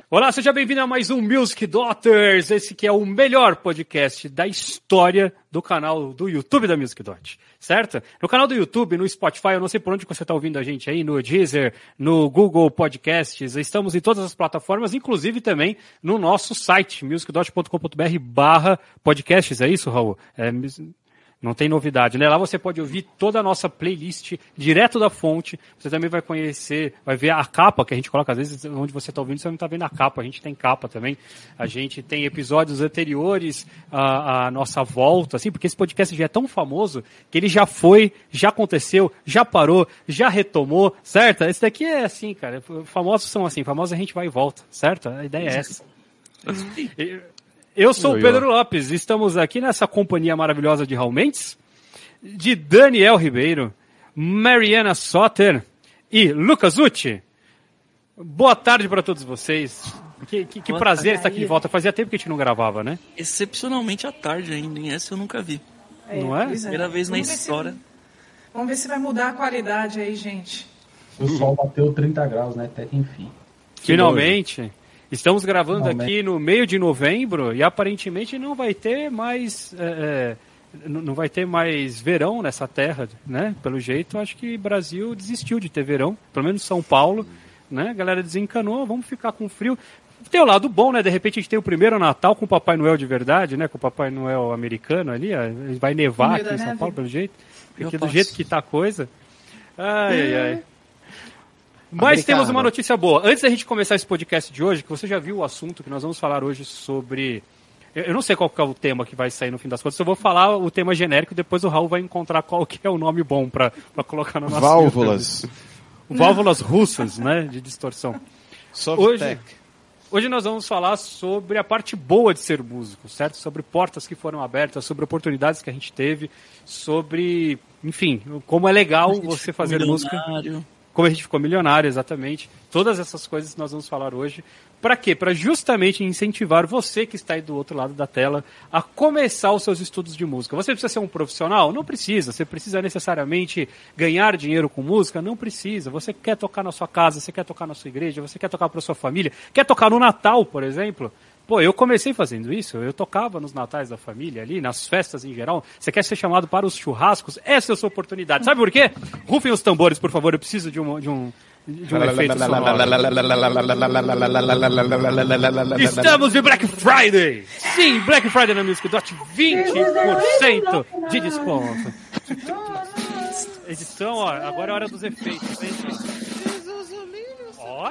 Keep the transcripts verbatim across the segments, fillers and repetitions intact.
Olá, seja bem-vindo a mais um Music Daughters, esse que é o melhor podcast da história do canal do YouTube da Music Dot, certo? No canal do YouTube, no Spotify, eu não sei por onde você está ouvindo a gente aí, no Deezer, no Google Podcasts, estamos em todas as plataformas, inclusive também no nosso site, music dot com ponto b r barra podcasts, é isso, Raul? É... Não tem novidade, né? Lá você pode ouvir toda a nossa playlist direto da fonte. Você também vai conhecer, vai ver a capa que a gente coloca. Às vezes, onde você está ouvindo, você não está vendo a capa. A gente tem capa também. A gente tem episódios anteriores à, à nossa volta, assim, porque esse podcast já é tão famoso que ele já foi, já aconteceu, já parou, já retomou, certo? Esse daqui é assim, cara. Famosos são assim. Famosos a gente vai e volta, certo? A ideia é essa. Eu sou o Pedro Lopes, estamos aqui nessa companhia maravilhosa de Raul Mendes, de Daniel Ribeiro, Mariana Soter e Lucas Ucci. Boa tarde para todos vocês. Que, que, que prazer estar aqui de volta. Fazia tempo que a gente não gravava, né? Excepcionalmente à tarde ainda, hein? Essa eu nunca vi. É, não é? é. Primeira vez na história. Se, vamos ver se vai mudar a qualidade aí, gente. O sol bateu trinta graus, né? Até que enfim. Finalmente. Estamos gravando Finalmente. aqui no meio de novembro e aparentemente não vai ter mais é, não vai ter mais verão nessa terra, né? Pelo jeito, acho que o Brasil desistiu de ter verão, pelo menos São Paulo, né? A galera desencanou, vamos ficar com frio. Tem o lado bom, né? De repente a gente tem o primeiro Natal com o Papai Noel de verdade, né? Com o Papai Noel americano ali, ó. Vai nevar aqui em São Paulo, pelo jeito. Porque do jeito que tá a coisa. Ai, ai, ai. Mas temos uma notícia boa. Antes da gente começar esse podcast de hoje, que você já viu o assunto que nós vamos falar hoje sobre... Eu não sei qual que é o tema que vai sair no fim das contas, eu vou falar o tema genérico e depois o Raul vai encontrar qual que é o nome bom para colocar no nosso... Válvulas. Válvulas russas, né, de distorção. Softec. Hoje, hoje nós vamos falar sobre a parte boa de ser músico, certo? Sobre portas que foram abertas, sobre oportunidades que a gente teve, sobre, enfim, como é legal você fazer música... Como a gente ficou milionário, exatamente. Todas essas coisas nós vamos falar hoje. Para quê? Para justamente incentivar você que está aí do outro lado da tela a começar os seus estudos de música. Você precisa ser um profissional? Não precisa. Você precisa necessariamente ganhar dinheiro com música? Não precisa. Você quer tocar na sua casa, você quer tocar na sua igreja, você quer tocar para sua família, quer tocar no Natal, por exemplo? Pô, eu comecei fazendo isso, eu tocava nos natais da família ali, nas festas em geral. Você quer ser chamado para os churrascos? Essa é a sua oportunidade. Sabe por quê? Rufem os tambores, por favor, eu preciso de um, de um, de um efeito sonoro. Estamos de Black Friday! Sim, Black Friday na Music Dot, vinte por cento de desconto. Edição, ó, agora é a hora dos efeitos. Ó.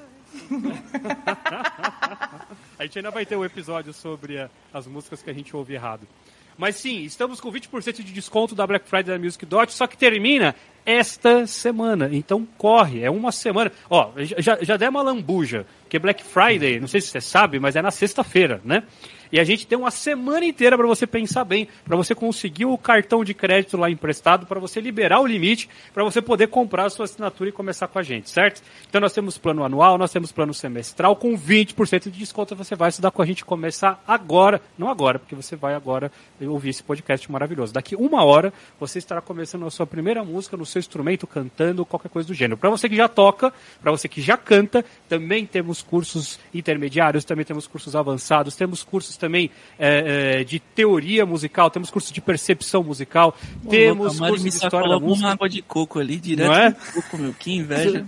A gente ainda vai ter um episódio sobre a, as músicas que a gente ouve errado. Mas sim, estamos com vinte por cento de desconto da Black Friday da Music Dot, só que termina esta semana. Então corre, é uma semana. Ó, já, já der uma lambuja, porque Black Friday, não sei se você sabe, mas é na sexta-feira, né? E a gente tem uma semana inteira para você pensar bem, para você conseguir o cartão de crédito lá emprestado, para você liberar o limite, para você poder comprar a sua assinatura e começar com a gente, certo? Então nós temos plano anual, nós temos plano semestral, com vinte por cento de desconto você vai estudar com a gente e começar agora, não agora, porque você vai agora ouvir esse podcast maravilhoso. Daqui uma hora você estará começando a sua primeira música no seu instrumento, cantando, qualquer coisa do gênero. Para você que já toca, para você que já canta, também temos cursos intermediários, também temos cursos avançados, temos cursos também é, é, de teoria musical, temos cursos de percepção musical, Pô, temos cursos de história da música. Uma água de coco ali, direto não é? do coco, meu, que inveja.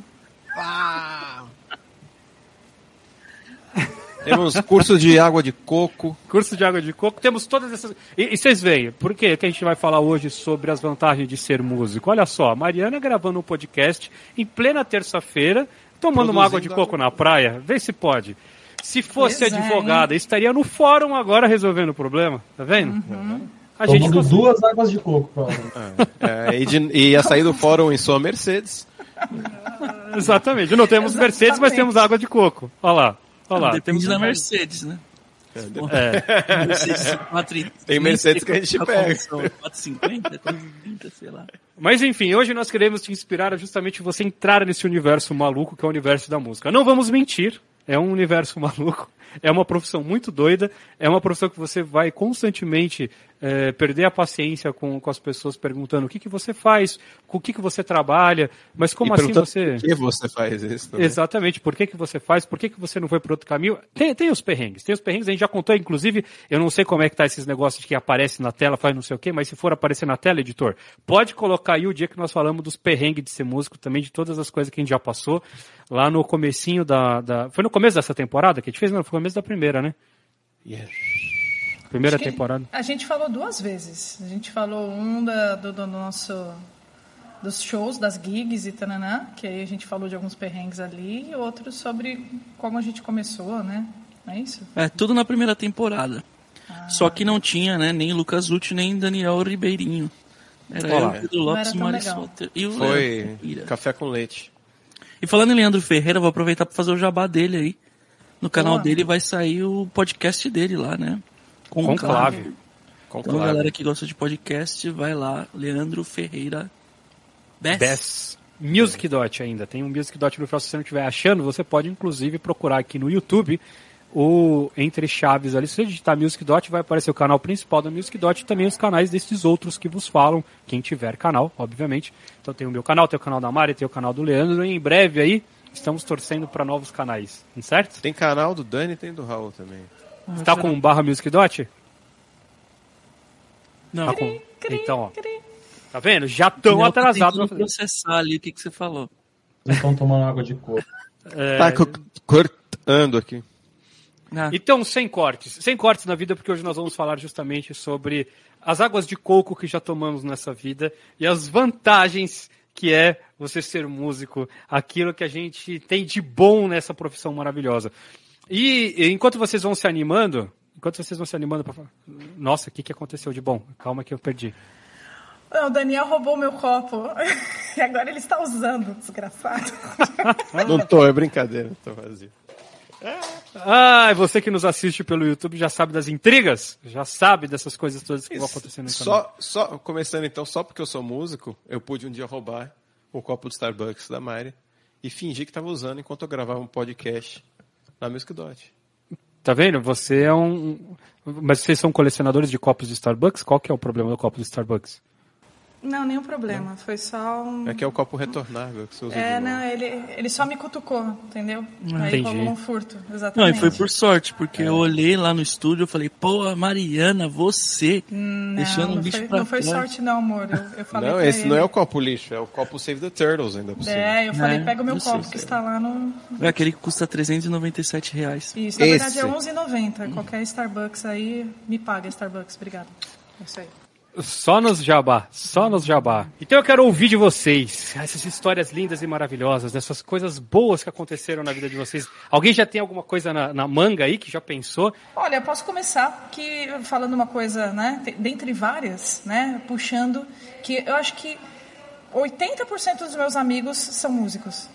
Temos curso de água de coco. Curso de água de coco, temos todas essas... E, e vocês veem, por que que a gente vai falar hoje sobre as vantagens de ser músico? Olha só, a Mariana gravando um podcast em plena terça-feira, tomando uma água de coco na praia, vê se pode. Se fosse pois advogada, é, estaria no fórum agora resolvendo o problema, tá vendo? Uhum. A gente tomando consegue... duas águas de coco, provavelmente. É, é, e, de, e ia sair do fórum em sua Mercedes. Exatamente, não temos Exatamente. Mercedes, mas temos água de coco. Olha lá. Olha lá. Depende da Mercedes, né? É. Mercedes quatro, tem Mercedes que a gente pega. quatrocentos e cinquenta, quatrocentos e trinta, sei lá. Mas enfim, hoje nós queremos te inspirar a justamente você entrar nesse universo maluco que é o universo da música. Não vamos mentir, é um universo maluco. é uma profissão muito doida, é uma profissão que você vai constantemente é, perder a paciência com, com as pessoas perguntando o que, que você faz, com o que, que você trabalha, mas como e assim você... por que você faz isso também? Exatamente, por que, que você faz, por que, que você não foi para outro caminho? Tem, tem os perrengues, tem os perrengues, a gente já contou, inclusive, eu não sei como é que tá esses negócios que aparece na tela, faz não sei o quê, mas se for aparecer na tela, editor, pode colocar aí o dia que nós falamos dos perrengues de ser músico, também de todas as coisas que a gente já passou, lá no comecinho da... da... Foi no começo dessa temporada que a gente fez? Não, foi no começo da primeira, né? Yes. Primeira Acho que temporada. A gente falou duas vezes. A gente falou um da, do, do nosso... dos shows, das gigs e tananã, que aí a gente falou de alguns perrengues ali, e outro sobre como a gente começou, né? Não é isso? É, tudo na primeira temporada. Ah. Só que não tinha, né, nem Lucas Uti, nem Daniel Ribeirinho. Era Olá. eu, Pedro Lopes e Mari Soter. E o Foi Leandro café com leite. E falando em Leandro Ferreira, vou aproveitar para fazer o jabá dele aí. No canal Boa. dele vai sair o podcast dele lá, né? Conclave. Então, a galera que gosta de podcast, vai lá, Leandro Ferreira Bess. Bess. Music Dot ainda. Tem um Music Dot no final, se você não estiver achando, você pode inclusive procurar aqui no YouTube o Entre Chaves ali. Se você digitar Music Dot, vai aparecer o canal principal da Music Dot e também os canais desses outros que vos falam, quem tiver canal, obviamente. Então tem o meu canal, tem o canal da Mari, tem o canal do Leandro, e em breve aí estamos torcendo para novos canais, certo? Tem canal do Dani e tem do Raul também. Você tá com um barra Music Dot? Não. Tá com... Então, ó. Tá vendo? Já estão atrasados. Tá processar ali o que, que você falou. Vocês estão tomando água de coco. É... Tá co- cortando aqui. Ah. Então, sem cortes. Sem cortes na vida, porque hoje nós vamos falar justamente sobre as águas de coco que já tomamos nessa vida e as vantagens que é você ser músico, aquilo que a gente tem de bom nessa profissão maravilhosa. E enquanto vocês vão se animando, enquanto vocês vão se animando para falar, nossa, o que, que aconteceu de bom? Calma que eu perdi. Não, o Daniel roubou meu copo. E agora ele está usando, desgraçado. Não tô, é brincadeira, tô vazio. Ah, você que nos assiste pelo YouTube já sabe das intrigas? Já sabe dessas coisas todas que vão acontecendo no canal. Só, só, começando então, só porque eu sou músico, eu pude um dia roubar o copo do Starbucks da Mari e fingir que estava usando enquanto eu gravava um podcast na Music Dot. Tá vendo? Você é um... Mas vocês são colecionadores de copos de Starbucks? Qual que é o problema do copo do Starbucks? Não, nenhum problema. Foi só um... É que é o copo retornável que você usa. É, de não, ele, ele só me cutucou, entendeu? Aí Entendi. rolou um furto, Não, exatamente. e foi por sorte, porque eu olhei lá no estúdio e falei, pô, Mariana, você, Não, deixando um não bicho foi, pra não foi trás. sorte não, amor. Eu, eu falei Não, pra esse ele. não é o copo lixo, é o copo Save the Turtles ainda por cima. É, eu falei, É, pega o meu eu sei, copo sei. que está lá no... É aquele que custa trezentos e noventa e sete reais. Isso, na verdade Esse. é onze reais e noventa centavos. Qualquer Starbucks aí, me paga Starbucks, obrigado. É isso aí. Só nos jabá, só nos jabá. Então eu quero ouvir de vocês essas histórias lindas e maravilhosas, essas coisas boas que aconteceram na vida de vocês. Alguém já tem alguma coisa na, na manga aí que já pensou? Olha, eu posso começar que, falando uma coisa, né, te- dentre várias, né, puxando, que eu acho que oitenta por cento dos meus amigos são músicos.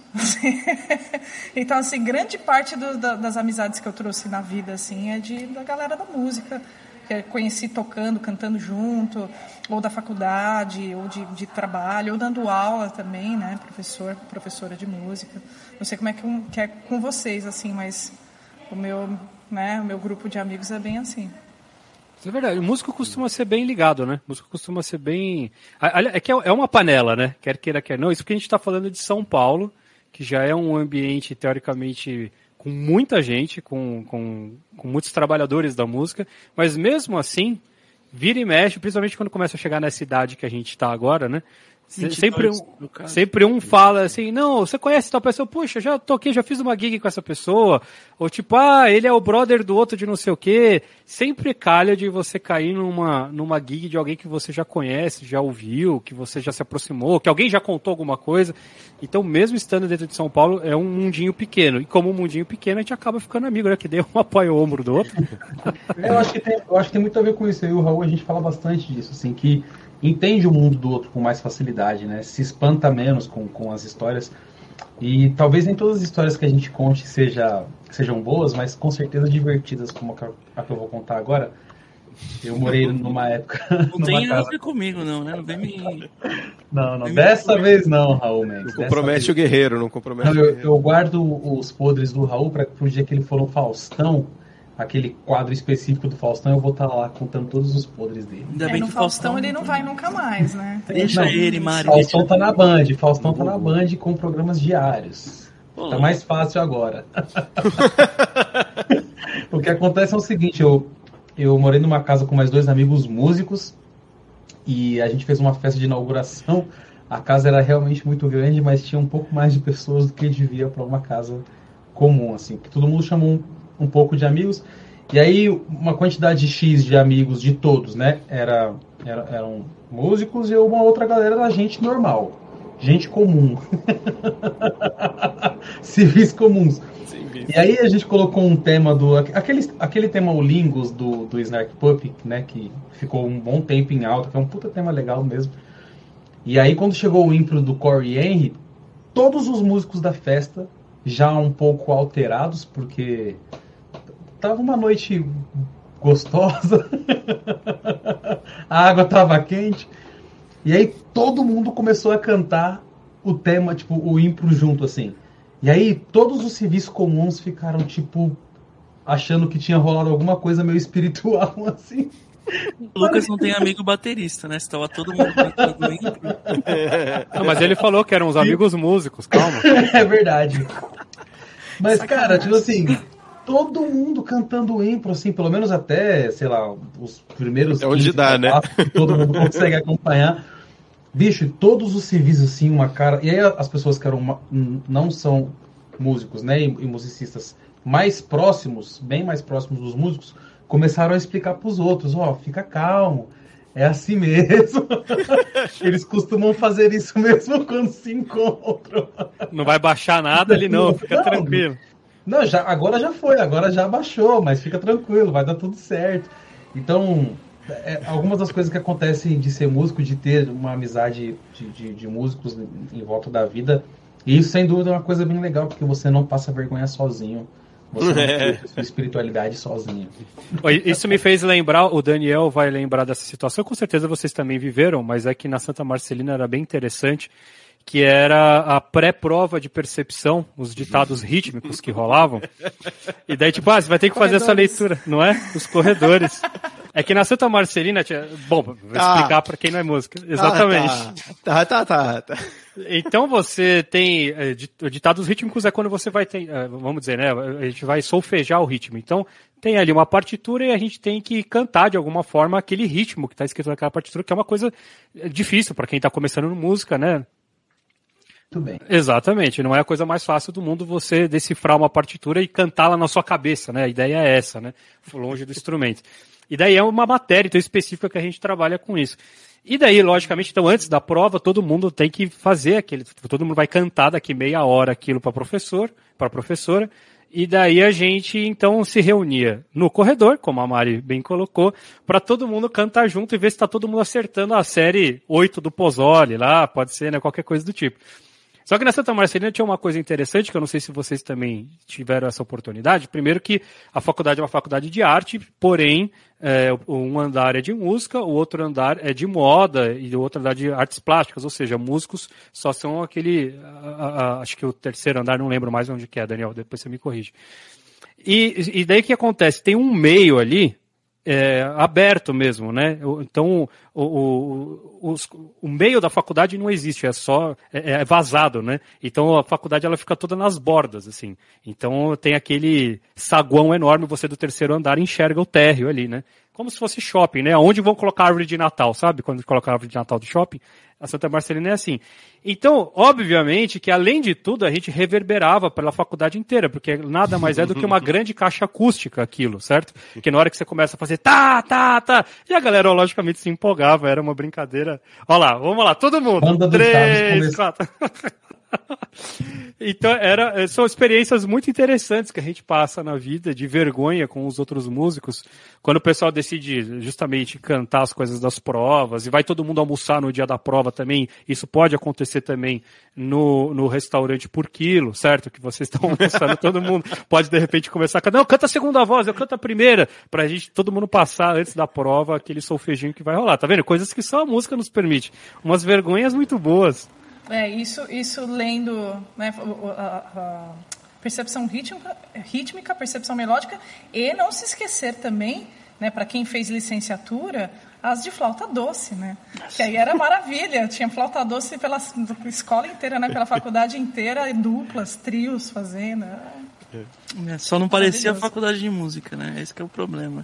Então, assim, grande parte do, da, das amizades que eu trouxe na vida, assim, é de, da galera da música, que eu conheci tocando, cantando junto, ou da faculdade, ou de, de trabalho, ou dando aula também, né, professor, professora de música. Não sei como é que, um, que é com vocês, assim, mas o meu, né, o meu grupo de amigos é bem assim. Isso é verdade, o músico costuma ser bem ligado, né? O músico costuma ser bem... Ali- É que é uma panela, né? Quer queira, quer não. Isso porque a gente está falando de São Paulo, que já é um ambiente, teoricamente, com muita gente, com, com, com muitos trabalhadores da música, mas mesmo assim, vira e mexe, principalmente quando começa a chegar nessa idade que a gente está agora, né? Se- vinte e Sempre dois, um, no caso. sempre um fala assim, não, você conhece tal pessoa? Puxa, já toquei, já fiz uma gig com essa pessoa. Ou tipo, ah, ele é o brother do outro de não sei o quê. Sempre calha de você cair numa, numa gig de alguém que você já conhece, já ouviu, que você já se aproximou, que alguém já contou alguma coisa. Então, mesmo estando dentro de São Paulo, é um mundinho pequeno. E como um mundinho pequeno, a gente acaba ficando amigo, né? Que daí um apoia o ombro do outro. Eu acho, que tem, eu acho que tem muito a ver com isso. Eu e o Raul, a gente fala bastante disso, assim, que entende o mundo do outro com mais facilidade, né? Se espanta menos com, com as histórias. E talvez nem todas as histórias que a gente conte seja, sejam boas, mas com certeza divertidas, como a que, a que eu vou contar agora. Eu morei numa época... Não numa tem nada a casa... ver comigo, não, né? Não vem me... Não, não. Dessa vez não, Raul Mendes. Não compromete o guerreiro, não compromete Não, o eu, guerreiro. eu guardo os podres do Raul para o dia que ele for no Faustão, aquele quadro específico do Faustão, eu vou estar lá contando todos os podres dele. Ainda É, bem no que Faustão Faustão ele não vai nunca mais, né? Deixa Não, ele, Mari. Faustão deixa- tá na Band, Faustão tá na Band com programas diários. Pô, Tá mais fácil agora. O que acontece é o seguinte, eu, eu morei numa casa com mais dois amigos músicos e a gente fez uma festa de inauguração. A casa era realmente muito grande, mas tinha um pouco mais de pessoas do que devia para uma casa comum, assim, que todo mundo chamou um, um pouco de amigos. E aí uma quantidade X de amigos de todos, né? Era, era, eram músicos e uma outra galera era gente normal. Gente comum. Civis comuns. E aí a gente colocou um tema do... Aquele, aquele tema o Lingus do, do Snark Puppy, né? Que ficou um bom tempo em alta, que é um puta tema legal mesmo. E aí quando chegou o intro do Corey Henry, todos os músicos da festa, já um pouco alterados, porque tava uma noite gostosa, a água tava quente, e aí todo mundo começou a cantar o tema, tipo, o impro junto, assim. E aí todos os civis comuns ficaram, tipo, achando que tinha rolado alguma coisa meio espiritual, assim. O Lucas não tem amigo baterista, né? Estava todo mundo cantando intro. Não, mas ele falou que eram os amigos músicos, calma. É verdade. Mas, cara, tipo assim, todo mundo cantando impro, assim, pelo menos até, sei lá, os primeiros... É onde quinze dá, né? passos, que todo mundo consegue acompanhar. Bicho, todos os civis, assim, uma cara... E aí as pessoas que eram uma- não são músicos, né, e, e musicistas mais próximos, bem mais próximos dos músicos, começaram a explicar pros outros, ó, fica calmo, é assim mesmo. Eles costumam fazer isso mesmo quando se encontram. Não vai baixar nada ali não, fica Não. tranquilo. Não, já, agora já foi, agora já baixou, mas fica tranquilo, vai dar tudo certo. Então, é, algumas das coisas que acontecem de ser músico, de ter uma amizade de, de, de músicos em volta da vida, e isso sem dúvida é uma coisa bem legal, porque você não passa vergonha sozinho, você não É. tem sua espiritualidade sozinho. Isso me fez lembrar, o Daniel vai lembrar dessa situação, com certeza vocês também viveram, mas é que na Santa Marcelina era bem interessante, que era a pré-prova de percepção, os ditados rítmicos que rolavam. E daí, tipo, ah, você vai ter que fazer essa leitura, não é? Os corredores. É que na Santa Marcelina tinha... Bom, vou Ah. explicar para quem não é música. Exatamente. Tá, tá, tá. tá. Então você tem eh, dit- ditados rítmicos é quando você vai ter, eh, vamos dizer, né, a gente vai solfejar o ritmo. Então tem ali uma partitura e a gente tem que cantar de alguma forma aquele ritmo que está escrito naquela partitura, que é uma coisa eh, difícil para quem está começando no música, né? Muito bem. Exatamente, não é a coisa mais fácil do mundo você decifrar uma partitura e cantá-la na sua cabeça, né? A ideia é essa, né? Longe do instrumento. E daí é uma matéria então, específica que a gente trabalha com isso. E daí, logicamente, então antes da prova, todo mundo tem que fazer aquele, todo mundo vai cantar daqui meia hora aquilo para professor, para professora, e daí a gente então se reunia no corredor, como a Mari bem colocou, para todo mundo cantar junto e ver se está todo mundo acertando a série oito do Pozzoli lá, pode ser, né, qualquer coisa do tipo. Só que na Santa Marcelina tinha uma coisa interessante, que eu não sei se vocês também tiveram essa oportunidade. Primeiro que a faculdade é uma faculdade de arte, porém, é, um andar é de música, o outro andar é de moda e o outro andar de artes plásticas, ou seja, músicos só são aquele, a, a, acho que o terceiro andar, não lembro mais onde que é, Daniel, depois você me corrige. E, e daí o que acontece? Tem um meio ali, É, aberto mesmo, né? Então, o, o, os, o meio da faculdade não existe, é só, é, é vazado, né? Então, a faculdade, ela fica toda nas bordas, assim. Então, tem aquele saguão enorme, você do terceiro andar enxerga o térreo ali, né? Como se fosse shopping, né? Onde vão colocar a árvore de Natal, sabe? Quando colocar a árvore de Natal do shopping, a Santa Marcelina é assim. Então, obviamente que, além de tudo, a gente reverberava pela faculdade inteira, porque nada mais é do que uma grande caixa acústica aquilo, certo? Que na hora que você começa a fazer tá, tá, tá, e a galera, logicamente, se empolgava, era uma brincadeira. Olha lá, vamos lá, todo mundo. Banda dos Três, Chaves quatro. Então, era, são experiências muito interessantes que a gente passa na vida, de vergonha com os outros músicos, quando o pessoal decide justamente cantar as coisas das provas, e vai todo mundo almoçar no dia da prova também, isso pode acontecer também no, no restaurante por quilo, certo? Que vocês estão almoçando, todo mundo pode de repente começar a cantar, não, canta a segunda voz, eu canto a primeira, pra gente, todo mundo passar antes da prova aquele solfejinho que vai rolar, tá vendo? Coisas que só a música nos permite, umas vergonhas muito boas. É, isso, isso lendo, né, o- a- a- percepção rítmica, rítmica, percepção melódica, e não se esquecer também, né, para quem fez licenciatura, as de flauta doce, né? Que aí era maravilha, tinha flauta doce pela escola inteira, né, pela faculdade inteira, duplas, trios fazendo. É, só não parecia a faculdade de música, né? Esse que é o problema.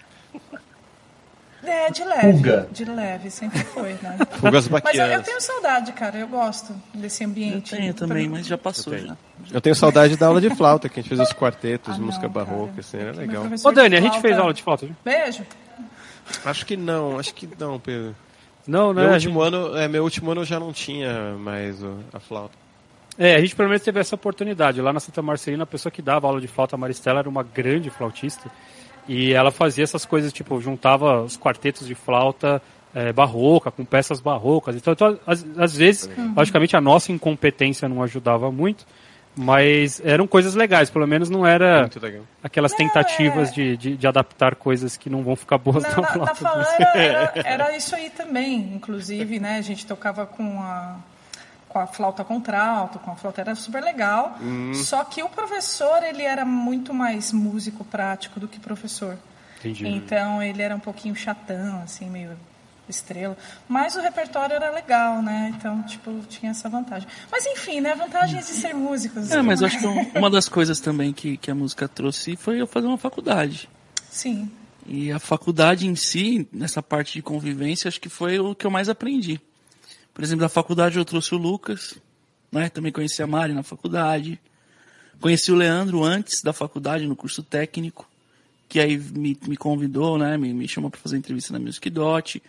É, de leve. Fuga. De leve, sempre foi, né? Fugas Mas eu, eu baquianas. tenho saudade, cara. Eu gosto desse Eu ambiente. tenho também, mas já passou Eu tenho. já. Eu tenho saudade da aula de flauta, que a gente fez os quartetos, Ah, música não, barroca, cara. assim, era Meu legal. professor Ô, Dani, de a gente flauta- fez aula de flauta, viu? Beijo. Acho que não, acho que não, Pedro. Não, né? Meu a último, gente- ano, é, meu último ano eu já não tinha mais o- a flauta. É, a gente pelo menos teve essa oportunidade. Lá na Santa Marcelina, a pessoa que dava aula de flauta, a Maristela, era uma grande flautista. E ela fazia essas coisas, tipo, juntava os quartetos de flauta é, barroca, com peças barrocas. Então, então às, às vezes, logicamente, a nossa incompetência não ajudava muito, mas eram coisas legais. Pelo menos não era Muito legal. aquelas Não, tentativas é- de, de, de adaptar coisas que não vão ficar boas Na, na, na, na flauta. Falan era, era, era isso aí também, inclusive, né? A gente tocava com a, com a flauta contralto, com a flauta, era super legal. Só que o professor, ele era muito mais músico prático do que professor. Entendi. Então, ele era um pouquinho chatão, assim, meio estrela. Mas o repertório era legal, né? Então, tipo, tinha essa vantagem. Mas, enfim, né? Vantagens de ser músicos. É, mas eu acho que um- uma das coisas também que, que a música trouxe foi eu fazer uma faculdade. Sim. E a faculdade em si, nessa parte de convivência, acho que foi o que eu mais aprendi. Por exemplo, da faculdade eu trouxe o Lucas, né? Também conheci a Mari na faculdade. Conheci o Leandro antes da faculdade, no curso técnico, que aí me, me convidou, né? Me, me chamou para fazer entrevista na Music Dot.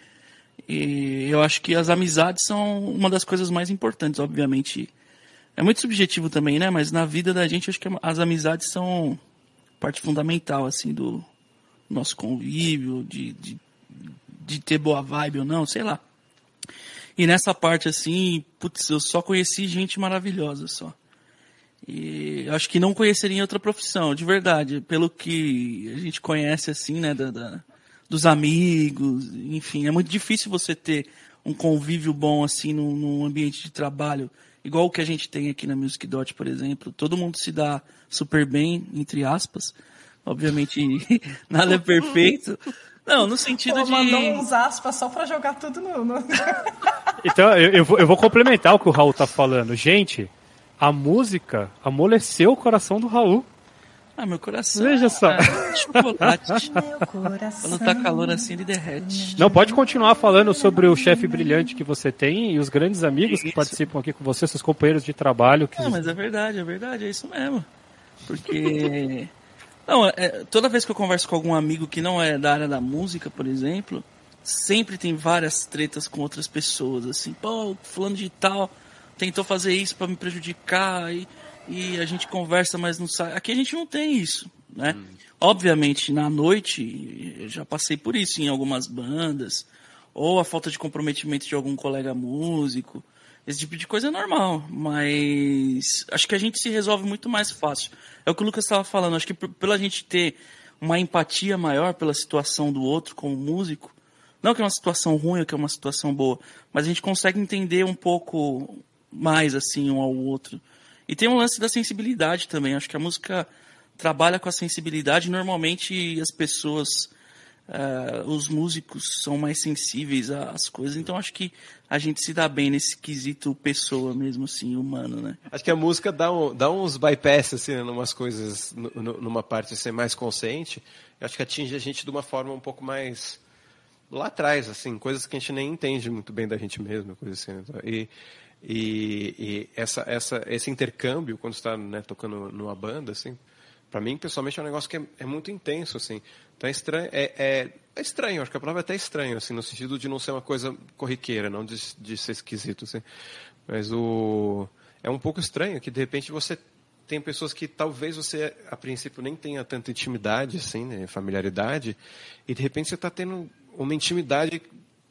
E eu acho que as amizades são uma das coisas mais importantes, obviamente. É muito subjetivo também, né? Mas na vida da gente, acho que as amizades são parte fundamental, assim, do nosso convívio, de, de, de ter boa vibe ou não, sei lá. E nessa parte, assim, putz, eu só conheci gente maravilhosa, só. E eu acho que não conheceria em outra profissão, de verdade. Pelo que a gente conhece, assim, né, da, da, dos amigos, enfim. É muito difícil você ter um convívio bom, assim, num, num ambiente de trabalho, igual o que a gente tem aqui na Music Dot, por exemplo. Todo mundo se dá super bem, entre aspas. Obviamente, nada é perfeito. Não, no sentido Pô, de... mandou uns aspas só pra jogar tudo no... no... Então, eu, eu, vou, eu vou complementar o que o Raul tá falando. Gente, a música amoleceu o coração do Raul. Ah, meu coração. Veja só. É chocolate. Meu coração. Quando tá calor assim, ele derrete. Não, pode continuar falando sobre o chefe brilhante que você tem e os grandes amigos que Isso. participam aqui com você, seus companheiros de trabalho. Que... Não, mas é verdade, é verdade, é isso mesmo. Porque... Não, é, toda vez que eu converso com algum amigo que não é da área da música, por exemplo, sempre tem várias tretas com outras pessoas, assim, pô, fulano de tal tentou fazer isso pra me prejudicar e, e a gente conversa, mas não sai. Aqui a gente não tem isso, né? Hum. Obviamente, na noite, eu já passei por isso em algumas bandas, ou a falta de comprometimento de algum colega músico. Esse tipo de coisa é normal, mas acho que a gente se resolve muito mais fácil. É o que o Lucas estava falando, acho que por, pela gente ter uma empatia maior pela situação do outro como músico, não que é uma situação ruim ou que é uma situação boa, mas a gente consegue entender um pouco mais assim um ao outro. E tem um lance da sensibilidade também, acho que a música trabalha com a sensibilidade, normalmente as pessoas... Uh, os músicos são mais sensíveis às coisas, então acho que a gente se dá bem nesse quesito pessoa mesmo, assim, humano, né? Acho que a música dá, um, dá uns bypass, assim, né, numas coisas, no, numa parte assim, mais consciente. Eu acho que atinge a gente de uma forma um pouco mais lá atrás, assim, coisas que a gente nem entende muito bem da gente mesmo, coisa assim. Né? E, e, e essa, essa, esse intercâmbio, quando você está, né, tocando numa banda, assim, para mim, pessoalmente, é um negócio que é, é muito intenso, assim. Então é estranho, é, é, é estranho, acho que a palavra é até estranho, assim, no sentido de não ser uma coisa corriqueira, não de, de ser esquisito, assim. Mas o, é um pouco estranho que, de repente, você tem pessoas que talvez você, a princípio, nem tenha tanta intimidade, assim, né, familiaridade, e, de repente, você está tendo uma intimidade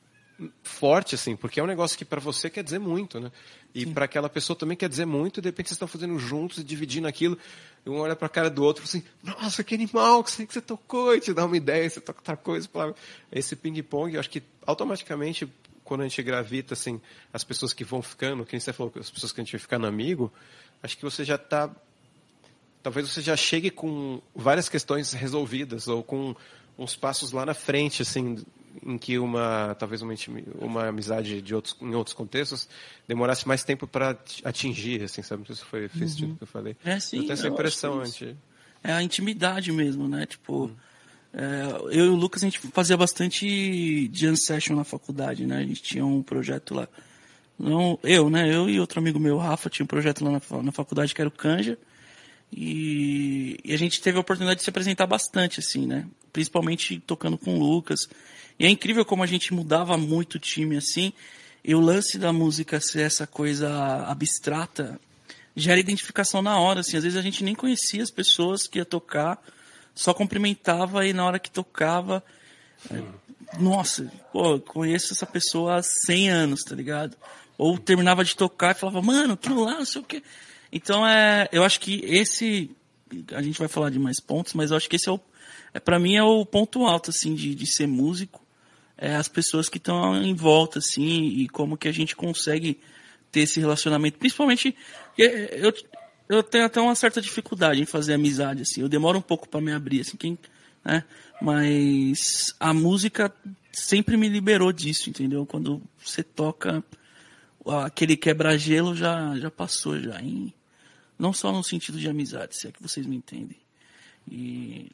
forte, assim, porque é um negócio que para você quer dizer muito, né? E para aquela pessoa também quer dizer muito, e de repente vocês estão fazendo juntos e dividindo aquilo, e um olha para a cara do outro e fala assim, nossa, que animal, que você tocou, e te dá uma ideia, você toca outra coisa. Esse ping-pong, eu acho que automaticamente, quando a gente gravita, assim, as pessoas que vão ficando, quem você falou, as pessoas que a gente vai ficando amigo, acho que você já está talvez você já chegue com várias questões resolvidas, ou com uns passos lá na frente, assim, em que uma, talvez uma, uma amizade de outros, em outros contextos demorasse mais tempo para atingir, assim, sabe? Isso foi, fez sentido o que eu falei. É, sim, eu tenho essa eu impressão acho que antes. É a intimidade mesmo, né? Tipo, hum. é, eu e o Lucas, a gente fazia bastante jam session na faculdade, né? A gente tinha um projeto lá. Não, eu, né? Eu e outro amigo meu, Rafa, tinha um projeto lá na, na faculdade que era o Canja. E, e a gente teve a oportunidade de se apresentar bastante, assim, né? Principalmente tocando com o Lucas. E é incrível como a gente mudava muito o time, assim. E o lance da música ser essa coisa abstrata gera identificação na hora, assim. Às vezes a gente nem conhecia as pessoas que ia tocar, só cumprimentava e na hora que tocava... É, nossa, pô, conheço essa pessoa há cem anos, tá ligado? Ou terminava de tocar e falava, mano, aquilo lá, não sei o quê. Então, é, eu acho que esse... A gente vai falar de mais pontos, mas eu acho que esse é o... É, pra mim é o ponto alto, assim, de, de ser músico. É as pessoas que estão em volta, assim, e como que a gente consegue ter esse relacionamento. Principalmente, eu, eu tenho até uma certa dificuldade em fazer amizade, assim. Eu demoro um pouco pra me abrir, assim, quem, né? Mas a música sempre me liberou disso, entendeu? Quando você toca, aquele quebra-gelo já, já passou, já. Em, não só no sentido de amizade, se é que vocês me entendem. E...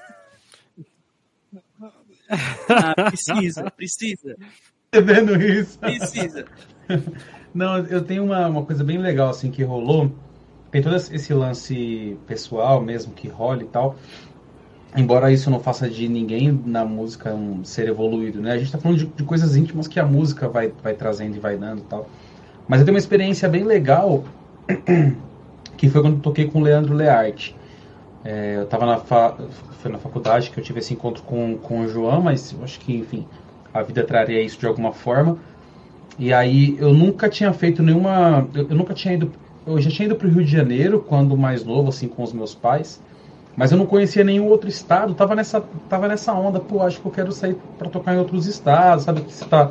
ah, precisa, precisa. Tá vendo isso? Precisa. Não, eu tenho uma, uma coisa bem legal, assim, que rolou. Tem todo esse lance pessoal mesmo, que rola e tal. Embora isso não faça de ninguém na música um ser evoluído, né? A gente tá falando de, de coisas íntimas que a música vai, vai trazendo e vai dando e tal. Mas eu tenho uma experiência bem legal, que foi quando eu toquei com o Leandro Learte. É, eu tava na, fa... foi na faculdade que eu tive esse encontro com, com o João, mas eu acho que, enfim, a vida traria isso de alguma forma. E aí eu nunca tinha feito nenhuma... Eu, eu nunca tinha ido... Eu já tinha ido pro Rio de Janeiro, quando mais novo, assim, com os meus pais. Mas eu não conhecia nenhum outro estado, tava nessa, tava nessa onda, pô, acho que eu quero sair pra tocar em outros estados, sabe? Que você tá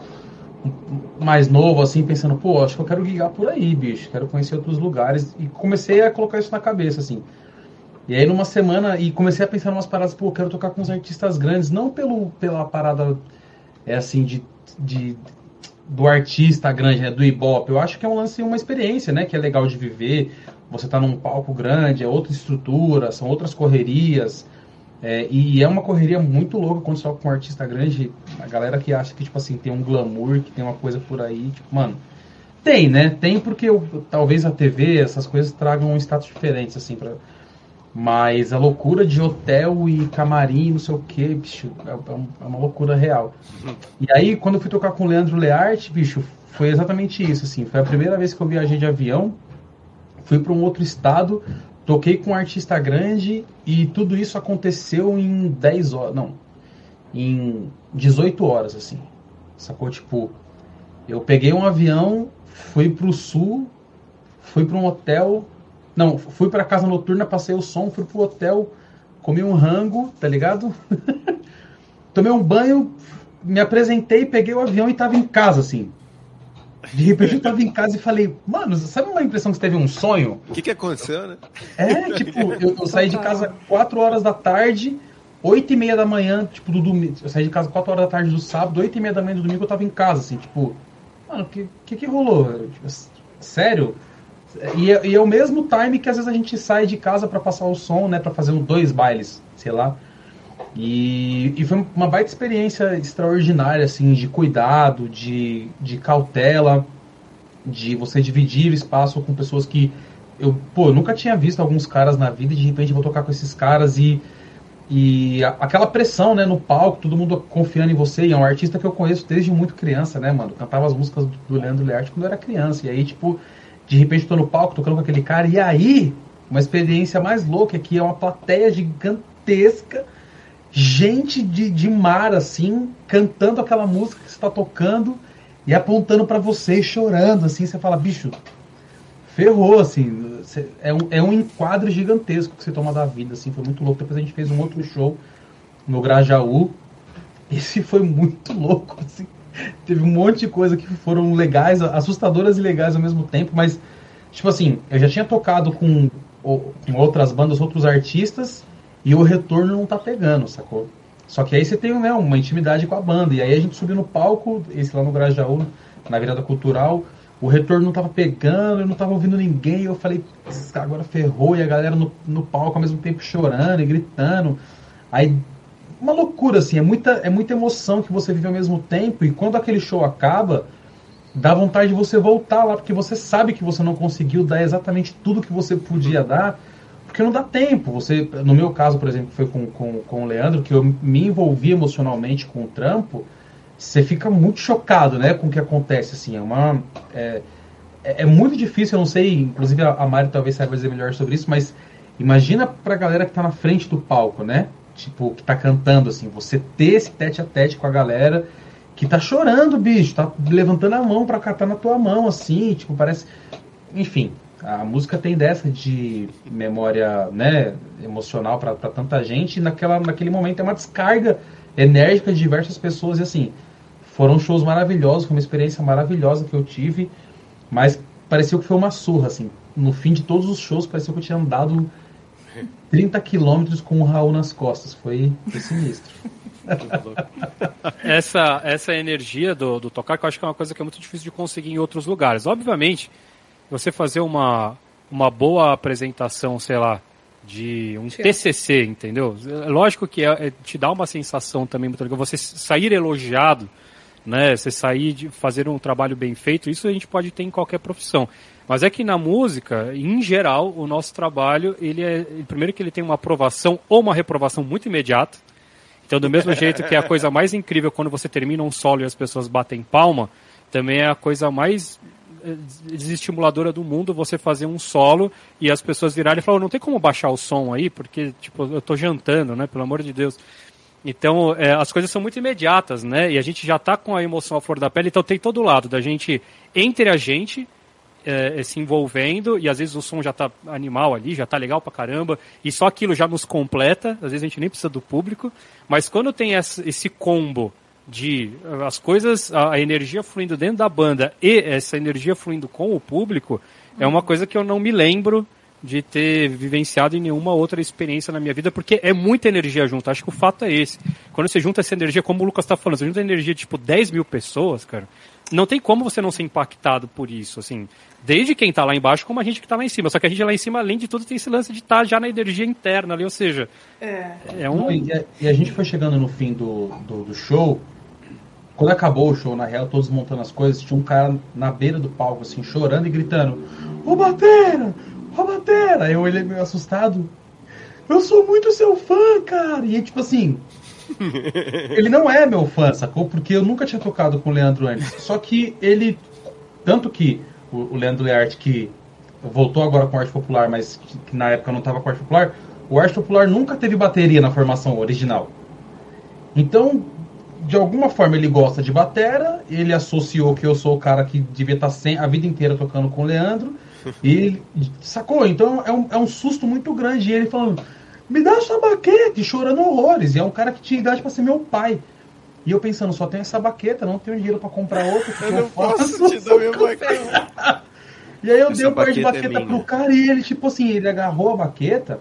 mais novo, assim, pensando, pô, acho que eu quero guiar por aí, bicho, quero conhecer outros lugares. E comecei a colocar isso na cabeça, assim. E aí numa semana, e comecei a pensar em umas paradas, pô, eu quero tocar com os artistas grandes, não pelo, pela parada, é assim, de, de, do artista grande, né, do Ibope. Eu acho que é um lance, uma experiência, né, que é legal de viver. Você tá num palco grande, é outra estrutura, são outras correrias. É, e é uma correria muito louca quando você toca com um artista grande. A galera que acha que, tipo assim, tem um glamour, que tem uma coisa por aí, tipo, mano, tem, né? Tem porque eu, talvez a T V, essas coisas tragam um status diferente, assim, pra... Mas a loucura de hotel e camarim, não sei o que, bicho, é uma loucura real. E aí, quando eu fui tocar com o Leandro Learte, bicho, foi exatamente isso, assim. Foi a primeira vez que eu viajei de avião. Fui para um outro estado, toquei com um artista grande e tudo isso aconteceu em dez horas, não, em dezoito horas, assim, sacou? Tipo, eu peguei um avião, fui pro sul, fui para um hotel, não, fui para casa noturna, passei o som, fui pro hotel, comi um rango, tá ligado? Tomei um banho, me apresentei, peguei o avião e tava em casa, assim. De repente eu tava em casa e falei, mano, sabe uma impressão que você teve um sonho? O que que aconteceu, né? É, tipo, eu, eu saí de casa quatro horas da tarde, oito e meia da manhã, tipo, do domingo. Eu saí de casa quatro horas da tarde do sábado, oito e meia da manhã do domingo eu tava em casa, assim, tipo, mano, o que, que que rolou? Tipo, sério? E é, e é o mesmo time que às vezes a gente sai de casa pra passar o som, né, pra fazer um, dois bailes, sei lá. E, e foi uma baita experiência extraordinária, assim, de cuidado, de, de cautela, de você dividir o espaço com pessoas que eu, pô, nunca tinha visto alguns caras na vida e de repente vou tocar com esses caras e, e a, aquela pressão, né, no palco, todo mundo confiando em você. E é um artista que eu conheço desde muito criança, né, mano? Cantava as músicas do, do Leandro Learte quando eu era criança. E aí, tipo, de repente tô no palco tocando com aquele cara e aí, uma experiência mais louca que é uma plateia gigantesca, gente de, de mar, assim, cantando aquela música que você tá tocando e apontando pra você e chorando, assim, você fala, bicho, ferrou, assim, é um, é um enquadro gigantesco que você toma da vida, assim, foi muito louco. Depois a gente fez um outro show no Grajaú, esse foi muito louco, assim, teve um monte de coisa que foram legais, assustadoras e legais ao mesmo tempo, mas, tipo assim, eu já tinha tocado com ou, com outras bandas, outros artistas, e o retorno não tá pegando, sacou? Só que aí você tem, né, uma intimidade com a banda. E aí a gente subiu no palco, esse lá no Grajaú, na virada cultural, o retorno não tava pegando, eu não tava ouvindo ninguém. Eu falei, agora ferrou, e a galera no, no palco ao mesmo tempo chorando e gritando. Aí, uma loucura, assim, é muita, é muita emoção que você vive ao mesmo tempo. E quando aquele show acaba, dá vontade de você voltar lá, porque você sabe que você não conseguiu dar exatamente tudo que você podia dar, porque não dá tempo. Você, no meu caso, por exemplo, foi com, com, com o Leandro, que eu me envolvi emocionalmente com o trampo, você fica muito chocado, né, com o que acontece, assim, é uma... É, é muito difícil, eu não sei, inclusive a Mari talvez saiba dizer melhor sobre isso, mas imagina pra galera que tá na frente do palco, né, tipo, que tá cantando, assim, você ter esse tete a tete com a galera que tá chorando, bicho, tá levantando a mão pra catar na tua mão, assim, tipo, parece... Enfim... A música tem dessa de memória, né, emocional para tanta gente, e naquela, naquele momento é uma descarga enérgica de diversas pessoas, e assim, foram shows maravilhosos, foi uma experiência maravilhosa que eu tive, mas pareceu que foi uma surra, assim, no fim de todos os shows pareceu que eu tinha andado trinta quilômetros com o Raul nas costas, foi, foi sinistro. essa, essa energia do, do tocar, que eu acho que é uma coisa que é muito difícil de conseguir em outros lugares, obviamente. Você fazer uma, uma boa apresentação, sei lá, de um T C C, entendeu? Lógico que é, é, te dá uma sensação também muito legal. Você sair elogiado, né? Você sair de fazer um trabalho bem feito, isso a gente pode ter em qualquer profissão. Mas é que na música, em geral, o nosso trabalho, ele é, primeiro que ele tem uma aprovação ou uma reprovação muito imediata. Então, do mesmo jeito que é a coisa mais incrível quando você termina um solo e as pessoas batem palma, também é a coisa mais desestimuladora do mundo você fazer um solo e as pessoas virarem e falar, não tem como baixar o som aí, porque tipo, eu tô jantando, né, pelo amor de Deus. Então, é, as coisas são muito imediatas, né, e a gente já tá com a emoção à flor da pele, então tem todo lado da gente, entre a gente, é, se envolvendo, e às vezes o som já tá animal ali, já tá legal pra caramba, e só aquilo já nos completa, às vezes a gente nem precisa do público, mas quando tem esse, esse combo de as coisas, a, a energia fluindo dentro da banda e essa energia fluindo com o público, é uma coisa que eu não me lembro de ter vivenciado em nenhuma outra experiência na minha vida, porque é muita energia junto. Acho que o fato é esse. Quando você junta essa energia, como o Lucas tá falando, você junta energia de tipo dez mil pessoas, cara, não tem como você não ser impactado por isso, assim, desde quem tá lá embaixo como a gente que tá lá em cima. Só que a gente lá em cima, além de tudo, tem esse lance de estar tá já na energia interna ali, ou seja, é, é um... E a, e a gente foi chegando no fim do, do, do show. Quando acabou o show, na real, todos montando as coisas, tinha um cara na beira do palco, assim, chorando e gritando, ô Batera, ô Batera. Aí eu olhei meio assustado, eu sou muito seu fã, cara. E tipo assim, ele não é meu fã, sacou? Porque eu nunca tinha tocado com o Leandro antes. Só que ele, tanto que o, o Leandro Learte, que voltou agora com Arte Popular, mas que, que na época não estava com Arte Popular, o Arte Popular nunca teve bateria na formação original. Então, de alguma forma ele gosta de batera, ele associou que eu sou o cara que devia estar sem, a vida inteira tocando com o Leandro, e ele sacou, então é um, é um susto muito grande, e ele falando, me dá sua baqueta, e chorando horrores, e é um cara que tinha idade para ser meu pai, e eu pensando, só tenho essa baqueta, não tenho dinheiro para comprar outra, que eu, eu não faço, posso te dar minha baqueta. E aí eu essa dei um par de baqueta é pro cara, e ele tipo assim, ele agarrou a baqueta,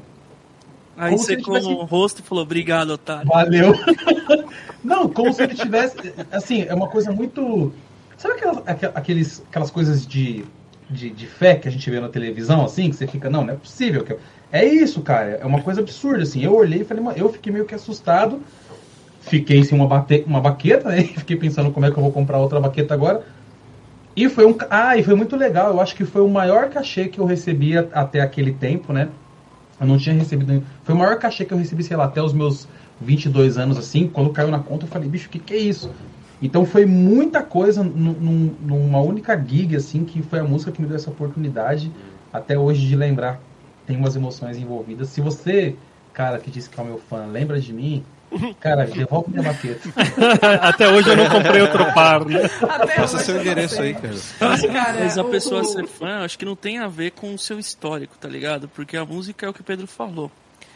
aí secou tivesse... o rosto e falou, obrigado, otário. Valeu. Não, como se ele tivesse... Assim, é uma coisa muito... Sabe aquelas, aqueles, aquelas coisas de, de, de fé que a gente vê na televisão, assim? Que você fica, não, não é possível. Que eu... É isso, cara. É uma coisa absurda, assim. Eu olhei e falei, eu fiquei meio que assustado. Fiquei sem uma, bate... uma baqueta, né? Fiquei pensando como é que eu vou comprar outra baqueta agora. E foi um... Ah, e foi muito legal. Eu acho que foi o maior cachê que eu recebia até aquele tempo, né? Eu não tinha recebido... Foi o maior cachê que eu recebi, sei lá, até os meus vinte e dois anos, assim. Quando caiu na conta, eu falei, bicho, o que, que é isso? Então foi muita coisa num, numa única gig, assim, que foi a música que me deu essa oportunidade, até hoje, de lembrar. Tem umas emoções envolvidas. Se você, cara, que disse que é o meu fã, lembra de mim, cara, devolve minha baqueta. Até hoje eu não comprei outro par, né? Passa seu endereço aí, cara. Mas, cara, Mas a pessoa o... ser fã, acho que não tem a ver com o seu histórico, tá ligado? Porque a música é o que o Pedro falou.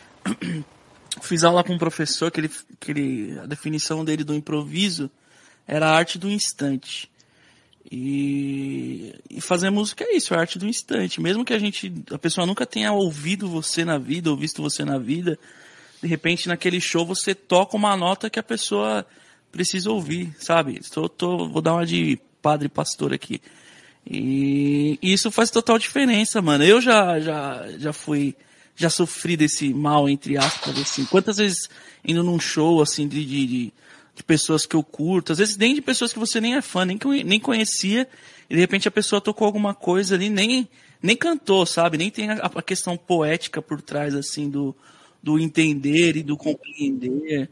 Fiz aula com um professor que, ele, que ele, a definição dele do improviso era a arte do instante. E, e fazer música é isso, é a arte do instante. Mesmo que a gente, a pessoa nunca tenha ouvido você na vida, ou visto você na vida, de repente naquele show você toca uma nota que a pessoa precisa ouvir, sabe? Tô, tô, vou dar uma de padre pastor aqui. E, e isso faz total diferença, mano. Eu já, já, já fui, já sofri desse mal, entre aspas, assim. Quantas vezes indo num show, assim, de, de, de de pessoas que eu curto, às vezes nem de pessoas que você nem é fã, nem, nem conhecia, e de repente a pessoa tocou alguma coisa ali, nem, nem cantou, sabe? Nem tem a, a questão poética por trás, assim, do, do entender e do compreender.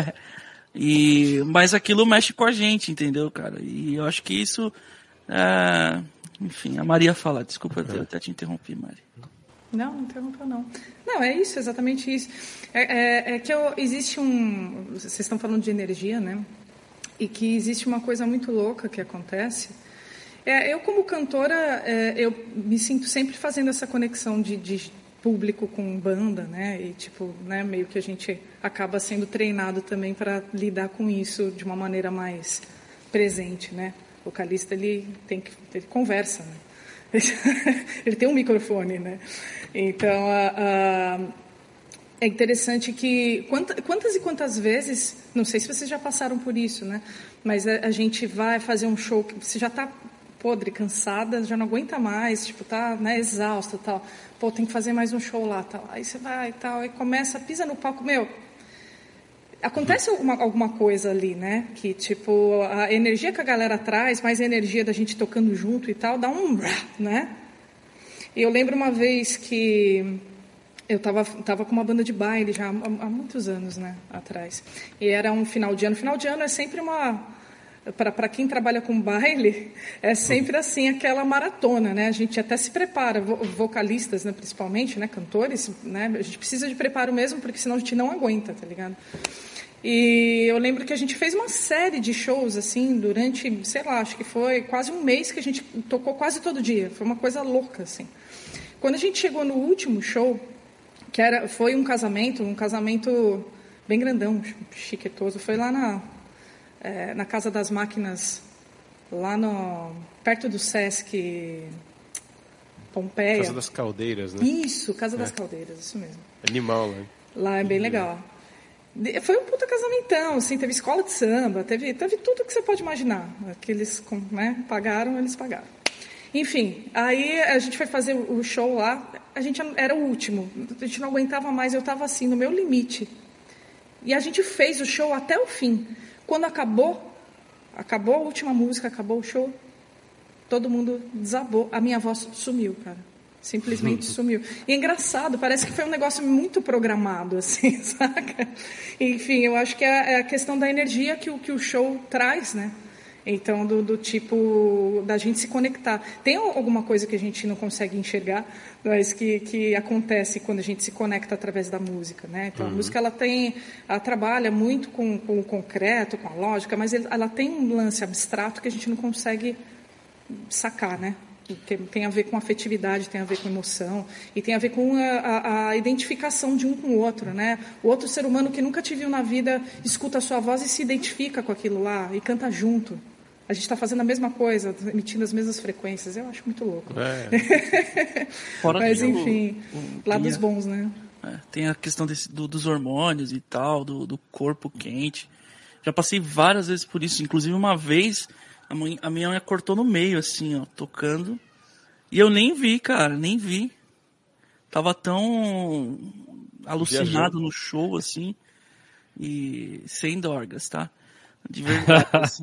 E, mas aquilo mexe com a gente, entendeu, cara? E eu acho que isso, é... enfim, a Maria fala, desculpa, eu até te interrompi, Mari. Não, não interrompeu, não. Não, é isso, exatamente isso. É, é, é que eu, existe um... Vocês estão falando de energia, né? E que existe uma coisa muito louca que acontece. É, eu, como cantora, é, eu me sinto sempre fazendo essa conexão de, de público com banda, né? E, tipo, né, meio que a gente acaba sendo treinado também para lidar com isso de uma maneira mais presente, né? O vocalista, ele tem que... Ele conversa, né? Ele tem um microfone, né? Então, uh, uh, é interessante que... Quantas, quantas e quantas vezes... Não sei se vocês já passaram por isso, né? Mas a, a gente vai fazer um show que você já está podre, cansada, já não aguenta mais, tipo, tá, né, exausta e tal. Pô, tem que fazer mais um show lá, tal. Aí você vai e tal, aí começa, pisa no palco, meu... Acontece alguma, alguma coisa ali, né? Que, tipo, a energia que a galera traz, mais a energia da gente tocando junto e tal, dá um... né? E eu lembro uma vez que eu tava, tava com uma banda de baile já há, há muitos anos, né? Atrás. E era um final de ano. Final de ano é sempre uma... Para quem trabalha com baile, é sempre assim, aquela maratona, né? A gente até se prepara, vocalistas, né, principalmente, né, cantores, né? A gente precisa de preparo mesmo, porque senão a gente não aguenta, tá ligado? E eu lembro que a gente fez uma série de shows, assim, durante, sei lá, acho que foi quase um mês que a gente tocou quase todo dia. Foi uma coisa louca, assim. Quando a gente chegou no último show, que era, foi um casamento, um casamento bem grandão, chiquetoso, foi lá na... É, na Casa das Máquinas, lá no, perto do Sesc Pompeia. Casa das Caldeiras, né? Isso, Casa é. das Caldeiras, isso mesmo. Animal, né? Lá é bem legal. Foi um puta casamentão, assim, teve escola de samba, teve, teve tudo que você pode imaginar. Aqueles, né, pagaram, eles pagaram. Enfim, aí a gente foi fazer o show lá, a gente era o último, a gente não aguentava mais, eu estava assim, no meu limite. E a gente fez o show até o fim. Quando acabou, acabou a última música, acabou o show, todo mundo desabou. A minha voz sumiu, cara. Simplesmente sumiu. E é engraçado, parece que foi um negócio muito programado, assim, saca? Enfim, eu acho que é a questão da energia que o, que o show traz, né? Então, do, do tipo, da gente se conectar. Tem alguma coisa que a gente não consegue enxergar, mas que, que acontece quando a gente se conecta através da música, né? Então, uhum. A música, ela tem, ela trabalha muito com, com o concreto, com a lógica, mas ela tem um lance abstrato que a gente não consegue sacar, né? Tem, tem a ver com afetividade, tem a ver com emoção, e tem a ver com a, a, a identificação de um com o outro, né? O outro ser humano que nunca te viu na vida escuta a sua voz e se identifica com aquilo lá, e canta junto. A gente está fazendo a mesma coisa, emitindo as mesmas frequências. Eu acho muito louco. É. Mas, enfim, o, o, lados a, bons, né? É, tem a questão desse, do, dos hormônios e tal, do, do corpo quente. Já passei várias vezes por isso. Inclusive, uma vez, a, mãe, a minha mãe cortou no meio, assim, ó, tocando. E eu nem vi, cara, nem vi. Tava tão alucinado Viajou. no show, assim. E sem dorgas, tá? De verdade, assim.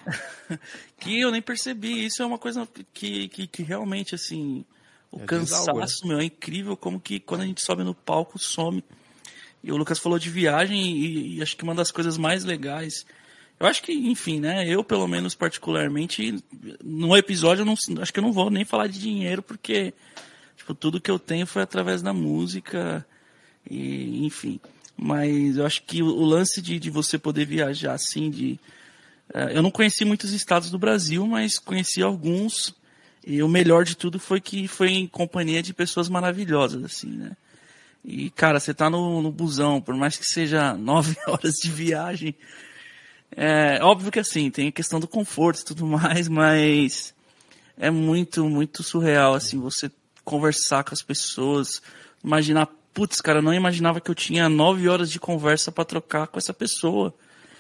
Que eu nem percebi. Isso é uma coisa que, que, que realmente, assim, o é cansaço, meu, é incrível como que quando a gente sobe no palco, some. E o Lucas falou de viagem e, e acho que uma das coisas mais legais, eu acho que, enfim, né, eu pelo menos particularmente, no episódio, eu não, acho que eu não vou nem falar de dinheiro, porque, tipo, tudo que eu tenho foi através da música, e, enfim. Mas eu acho que o, o lance de, de você poder viajar, assim, de... Uh, eu não conheci muitos estados do Brasil, mas conheci alguns, e o melhor de tudo foi que foi em companhia de pessoas maravilhosas, assim, né? E, cara, você tá no, no busão, por mais que seja nove horas de viagem, É óbvio que assim, tem a questão do conforto e tudo mais, mas é muito, muito surreal, assim, você conversar com as pessoas, imaginar, putz, cara, eu não imaginava que eu tinha nove horas de conversa para trocar com essa pessoa.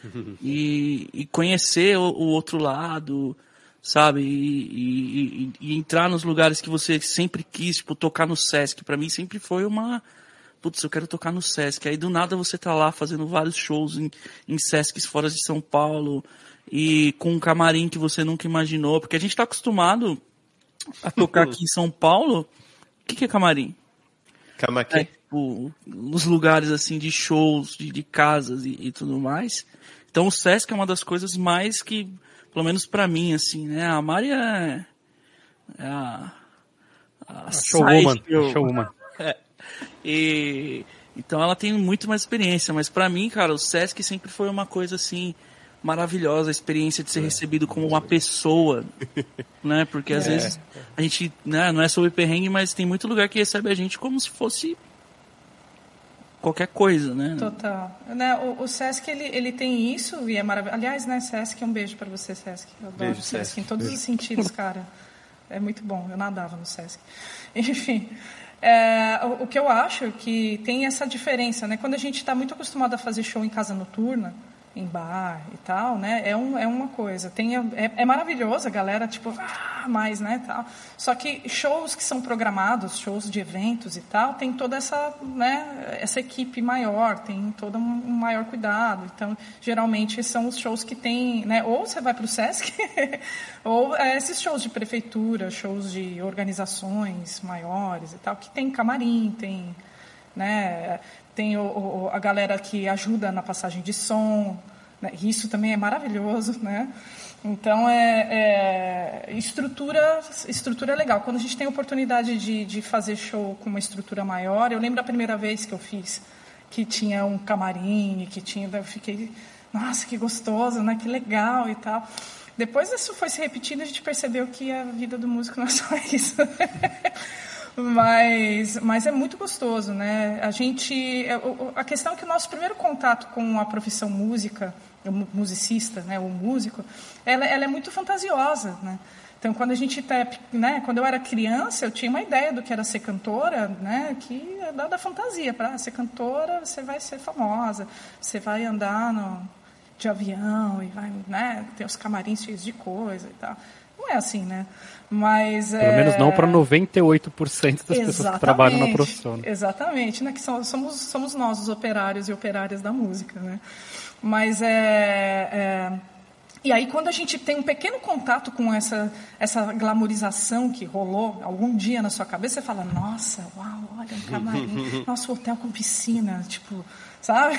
E, e conhecer o, o outro lado, sabe? E, e, e, e entrar nos lugares que você sempre quis, tipo, tocar no Sesc. Pra mim sempre foi uma... Putz, eu quero tocar no Sesc. Aí do nada você tá lá fazendo vários shows em, em Sescs fora de São Paulo e com um camarim que você nunca imaginou. Porque a gente tá acostumado a tocar aqui em São Paulo. O que, que é camarim? Camaquê? É, tipo, nos lugares assim de shows, de, de casas e, e tudo mais. Então o Sesc é uma das coisas mais que, pelo menos pra mim, assim, né? A Mari é, é a... a showwoman. Show. Showwoman. É. E, então ela tem muito mais experiência, mas pra mim, cara, o Sesc sempre foi uma coisa assim maravilhosa, a experiência de ser recebido como uma pessoa, né? Porque às é. vezes a gente, né, não é sobre perrengue, mas tem muito lugar que recebe a gente como se fosse qualquer coisa, né? Total. Né, o, o Sesc, ele, ele tem isso e é maravilhoso. Aliás, né, Sesc, um beijo pra você, Sesc. Eu adoro beijo, o Sesc, Sesc. em todos Beijo. os sentidos, cara. É muito bom, eu nadava no Sesc. Enfim, é, o, o que eu acho que tem essa diferença, né? Quando a gente está muito acostumado a fazer show em casa noturna, em bar e tal, né? É, um, é uma coisa. Tem, é, é maravilhoso, a galera, tipo, ah, mais, né, tal. Só que shows que são programados, shows de eventos e tal, tem toda essa, né, essa equipe maior, tem todo um, um maior cuidado. Então, geralmente, são os shows que tem, né, ou você vai para o Sesc, ou é, esses shows de prefeitura, shows de organizações maiores e tal, que tem camarim, tem, né... Tem o, o, a galera que ajuda na passagem de som, né? Isso também é maravilhoso, né? Então, é, é, estrutura, estrutura é legal. Quando a gente tem a oportunidade de, de fazer show com uma estrutura maior, eu lembro a primeira vez que eu fiz, que tinha um camarim, que tinha, eu fiquei, nossa, que gostoso, né? Que legal e tal. Depois isso foi se repetindo, a gente percebeu que a vida do músico não é só isso. Mas, mas é muito gostoso, né? A gente, a questão é que o nosso primeiro contato com a profissão música, o musicista, né, o músico, ela, ela é muito fantasiosa, né? Então, quando a gente tá, né, quando eu era criança, eu tinha uma ideia do que era ser cantora, né, que é da, da fantasia, para ser cantora, você vai ser famosa, você vai andar no, de avião e vai, né, ter os camarins cheios de coisa e tal. Não é assim, né? Mas, Pelo é... menos não para noventa e oito por cento das Exatamente, pessoas que trabalham na profissão. Né? Exatamente, né? Que são, somos, somos nós, os operários e operárias da música, né? Mas é, é... E aí, quando a gente tem um pequeno contato com essa, essa glamorização que rolou algum dia na sua cabeça, você fala, nossa, uau, olha, um camarim, nosso hotel com piscina, tipo, sabe?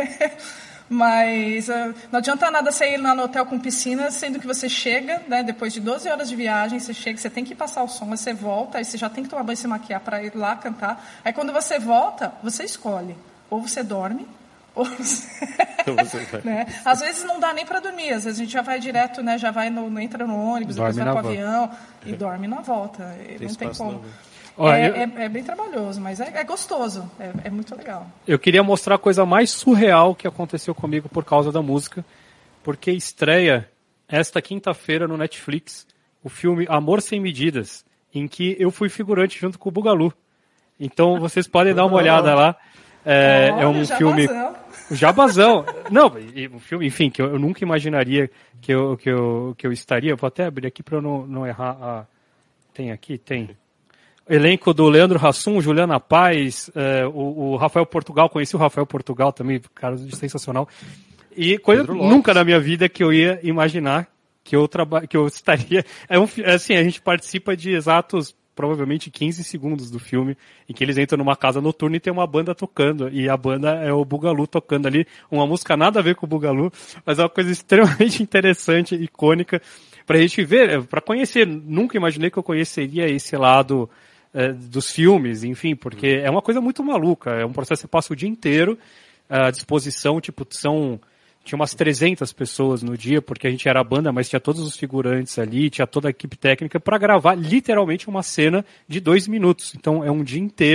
Mas uh, não adianta nada você ir lá no hotel com piscina, sendo que você chega, né, depois de doze horas de viagem, você chega, você tem que passar o som, aí você volta, aí você já tem que tomar banho e se maquiar para ir lá cantar. Aí quando você volta, você escolhe. Ou você dorme, ou você... né? Às vezes não dá nem para dormir, às vezes a gente já vai direto, né, já vai no, entra no ônibus, dorme depois vai pro volta. avião e dorme na volta. Tem não tem como. Novo. Olha, é, eu... é, é bem trabalhoso, mas é, é gostoso, é, é muito legal. Eu queria mostrar a coisa mais surreal que aconteceu comigo por causa da música, porque estreia esta quinta-feira no Netflix o filme Amor Sem Medidas, em que eu fui figurante junto com o Bugalu. Então vocês podem dar uma olhada lá. É, Olha, é um filme... Jabazão. Jabazão. Não, um filme, enfim, que eu, eu nunca imaginaria que eu, que, eu, que eu estaria. Vou até abrir aqui para eu não, não errar. A... Tem aqui? Tem. Elenco do Leandro Hassum, Juliana Paz, é, o, o Rafael Portugal, conheci o Rafael Portugal também, cara sensacional. E coisa nunca na minha vida que eu ia imaginar que eu, traba... que eu estaria... É um, assim, a gente participa de exatos, provavelmente quinze segundos do filme, em que eles entram numa casa noturna e tem uma banda tocando, e a banda é o Bugalu tocando ali, uma música nada a ver com o Bugalu, mas é uma coisa extremamente interessante, icônica, pra gente ver, pra conhecer. Nunca imaginei que eu conheceria esse lado... dos filmes, enfim, porque é uma coisa muito maluca, é um processo que você passa o dia inteiro à disposição, tipo, são, tinha umas trezentas pessoas no dia, porque a gente era a banda, mas tinha todos os figurantes ali, tinha toda a equipe técnica para gravar literalmente uma cena de dois minutos, então é um dia inteiro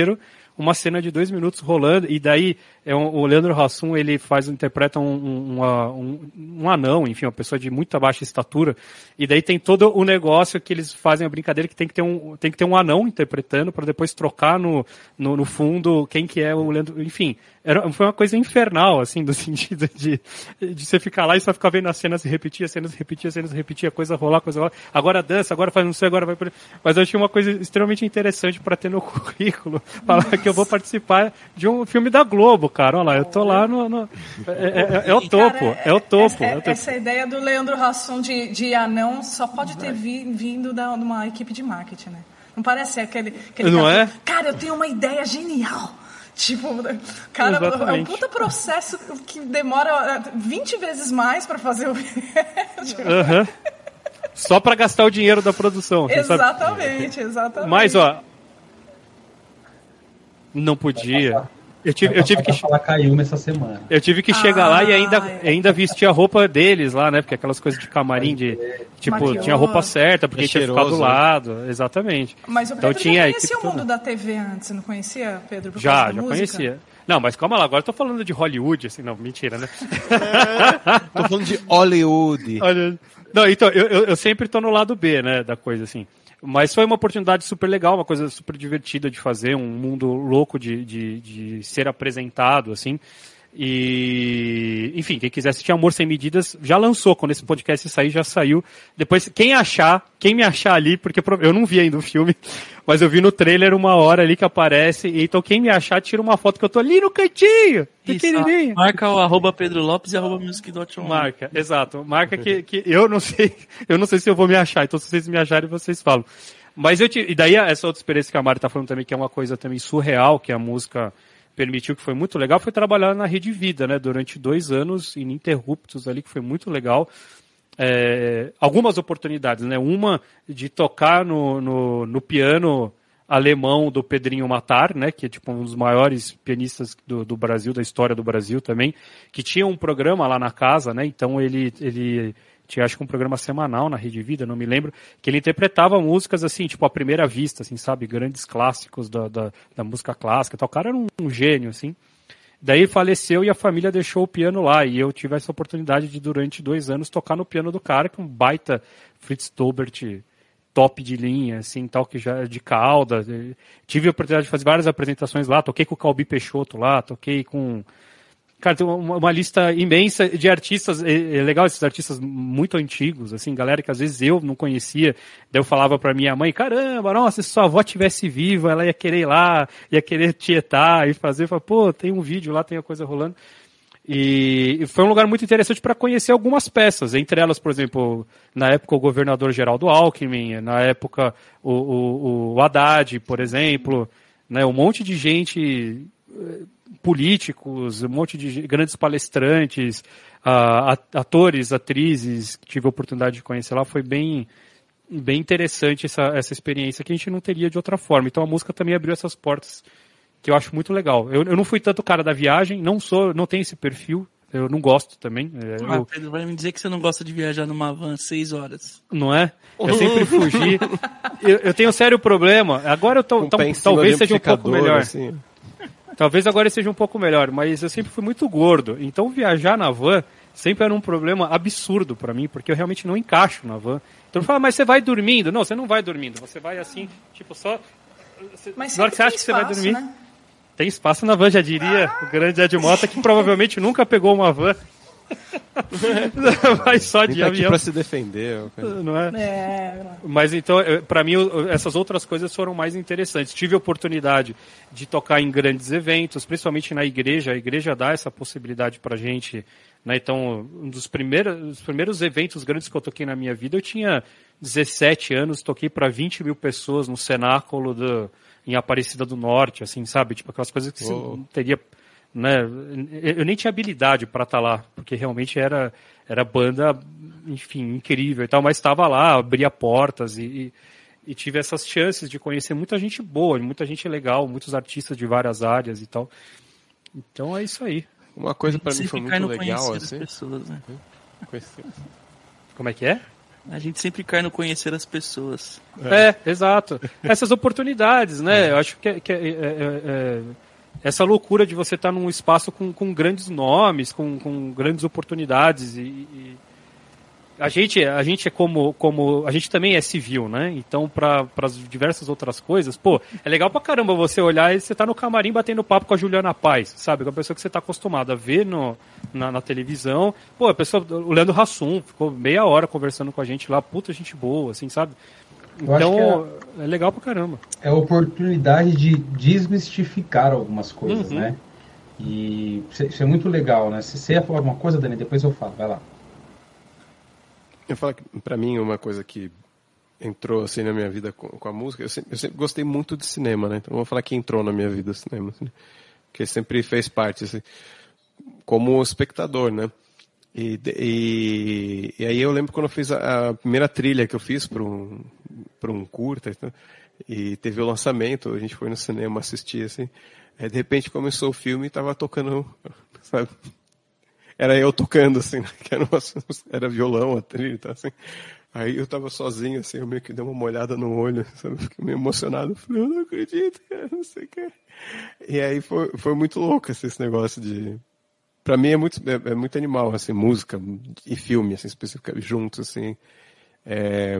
uma cena de dois minutos rolando, e daí é um, o Leandro Hassum, ele faz, interpreta um, um, uma, um, um anão, enfim, uma pessoa de muito baixa estatura, e daí tem todo o negócio que eles fazem a brincadeira que tem que ter um, tem que ter um anão interpretando para depois trocar no, no, no fundo quem que é o Leandro, enfim, era, foi uma coisa infernal, assim, do sentido de, de você ficar lá e só ficar vendo as cenas se repetir, as cenas se repetir, as cenas se repetir, a coisa rolar, a coisa rolar, agora dança, agora faz não sei, agora vai por... Mas eu achei uma coisa extremamente interessante para ter no currículo, falar que eu vou participar de um filme da Globo, cara, olha lá, eu tô lá no... no é, é, é o topo, cara, é o topo. É, é o topo. Essa ideia do Leandro Hassum de, de anão só pode ter vi, vindo da, de uma equipe de marketing, né? Não parece aquele... aquele não cara, é? Cara, eu tenho uma ideia genial. Tipo, cara, exatamente. É um puta processo que demora vinte vezes mais para fazer o vídeo. Uhum. Só para gastar o dinheiro da produção. Exatamente, sabe? exatamente. Mas, ó, não podia. Eu tive, eu tive que falar caiu nessa semana. Eu tive que chegar ah, lá e ainda, é. ainda vestir a roupa deles lá, né? Porque aquelas coisas de camarim de tipo, Maquiou. tinha a roupa certa, porque é tinha que ficar do lado, né? Exatamente. Mas o Pedro então, tinha já conhecia o mundo toda. da T V antes, você não conhecia, Pedro? Por já, da já música? conhecia. Não, mas calma lá, agora eu tô falando de Hollywood, assim, não, mentira, né? Tô falando de Hollywood. Não, então, eu, eu, eu sempre tô no lado B, né, da coisa, assim. Mas foi uma oportunidade super legal, uma coisa super divertida de fazer, um mundo louco de, de, de ser apresentado, assim. E, enfim, quem quiser assistir Amor Sem Medidas, já lançou, quando esse podcast sair, já saiu. Depois, quem achar, quem me achar ali, porque eu não vi ainda o filme, mas eu vi no trailer uma hora ali que aparece, e então quem me achar, tira uma foto que eu tô ali no cantinho, pequenininho. Marca o arroba Pedro Lopes e arroba music ponto on. Marca, exato. Marca que, que eu não sei, eu não sei se eu vou me achar, então se vocês me acharem, vocês falam. Mas eu tive, e daí essa outra experiência que a Mari tá falando também, que é uma coisa também surreal, que a música permitiu, que foi muito legal, foi trabalhar na Rede Vida, né, durante dois anos ininterruptos ali, que foi muito legal. É, algumas oportunidades, né, uma de tocar no, no, no piano alemão do Pedrinho Matar, né, que é tipo um dos maiores pianistas do, do Brasil, da história do Brasil também, que tinha um programa lá na casa, né, então ele, ele tinha acho que um programa semanal na Rede Vida, não me lembro, que ele interpretava músicas assim, tipo à primeira vista, assim, sabe, grandes clássicos da, da, da música clássica e tal. O cara era um, um gênio, assim. Daí faleceu e a família deixou o piano lá, e eu tive essa oportunidade de, durante dois anos, tocar no piano do cara, que é um baita Fritz Tobert top de linha, assim, tal, que já é de cauda. Tive a oportunidade de fazer várias apresentações lá, toquei com o Calbi Peixoto lá, toquei com... Cara, tem uma, uma lista imensa de artistas, é, é legal esses artistas muito antigos, assim, galera que às vezes eu não conhecia, daí eu falava pra minha mãe, caramba, nossa, se sua avó tivesse viva, ela ia querer ir lá, ia querer tietar e fazer, fala, pô, tem um vídeo lá, tem a coisa rolando. E foi um lugar muito interessante para conhecer algumas peças, entre elas, por exemplo, na época o governador Geraldo Alckmin, na época o, o, o Haddad, por exemplo, né, um monte de gente... políticos, um monte de grandes palestrantes, uh, atores, atrizes, que tive a oportunidade de conhecer lá, foi bem, bem interessante essa, essa experiência que a gente não teria de outra forma. Então a música também abriu essas portas que eu acho muito legal. Eu, eu não fui tanto cara da viagem, não sou, não tenho esse perfil, eu não gosto também. Ah, eu... Pedro, vai me dizer que você não gosta de viajar numa van seis horas. Não é? Eu sempre fugi. eu, eu tenho um sério problema, agora eu tô, um tão, talvez seja um pouco melhor. Assim. Talvez agora seja um pouco melhor, mas eu sempre fui muito gordo. Então viajar na van sempre era um problema absurdo pra mim, porque eu realmente não encaixo na van. Então eu falo, mas você vai dormindo? Não, você não vai dormindo. Você vai assim, tipo, só... Mas na hora que você acha que espaço, você vai dormir... Né? Tem espaço na van, já diria ah! o grande Ed Mota, que provavelmente nunca pegou uma van. Vai só de tá avião. Aqui pra se defender. Não é? É. Mas então, pra mim, essas outras coisas foram mais interessantes. Tive a oportunidade de tocar em grandes eventos, principalmente na igreja. A igreja dá essa possibilidade pra gente. Né? Então, um dos primeiros, os primeiros eventos grandes que eu toquei na minha vida, eu tinha dezessete anos, toquei para vinte mil pessoas no cenáculo do, em Aparecida do Norte, assim, sabe? Tipo, aquelas coisas que oh. você não teria... Né? Eu nem tinha habilidade para estar lá, porque realmente era, era banda, enfim, incrível e tal, mas estava lá, abria portas e, e, e tive essas chances de conhecer muita gente boa, muita gente legal, muitos artistas de várias áreas e tal. Então é isso aí. Uma coisa para mim foi muito legal, assim. Pessoas, né? Como é que é? A gente sempre cai no conhecer as pessoas. É, é exato. Essas oportunidades, né? Eu acho que, é, que é, é, é, essa loucura de você estar num espaço com, com grandes nomes, com, com grandes oportunidades e... e... A gente, a gente é como, como. A gente também é civil, né? Então, para as diversas outras coisas, pô, é legal pra caramba você olhar e você tá no camarim batendo papo com a Juliana Paz, sabe? Com a pessoa que você tá acostumado a ver no, na, na televisão. Pô, a pessoa, o Leandro Hassum, ficou meia hora conversando com a gente lá, puta gente boa, assim, sabe? Então, é, é legal pra caramba. É a oportunidade de desmistificar algumas coisas, Uhum. né? E isso é muito legal, né? Se você ia falar alguma coisa, Dani, depois eu falo, vai lá. Eu falo que, pra mim, uma coisa que entrou assim na minha vida com, com a música, eu sempre, eu sempre gostei muito de cinema, né? Então não vou falar que entrou na minha vida o cinema, assim, porque sempre fez parte, assim, como espectador, né? E, e, e aí eu lembro quando eu fiz a, a primeira trilha que eu fiz para um, para um curta, então, e teve o lançamento, a gente foi no cinema assistir, assim, aí de repente começou o filme e tava tocando, sabe? Era eu tocando, assim, né? Que era, uma, era violão, a trilha, tá, assim. Aí eu tava sozinho, assim, eu meio que dei uma molhada no olho, sabe? Fiquei meio emocionado. Falei, eu não acredito, cara, não sei o que. E aí foi, foi muito louco, assim, esse negócio de... Pra mim é muito, é, é muito animal, assim, música e filme, assim, especificamente, juntos, assim. É...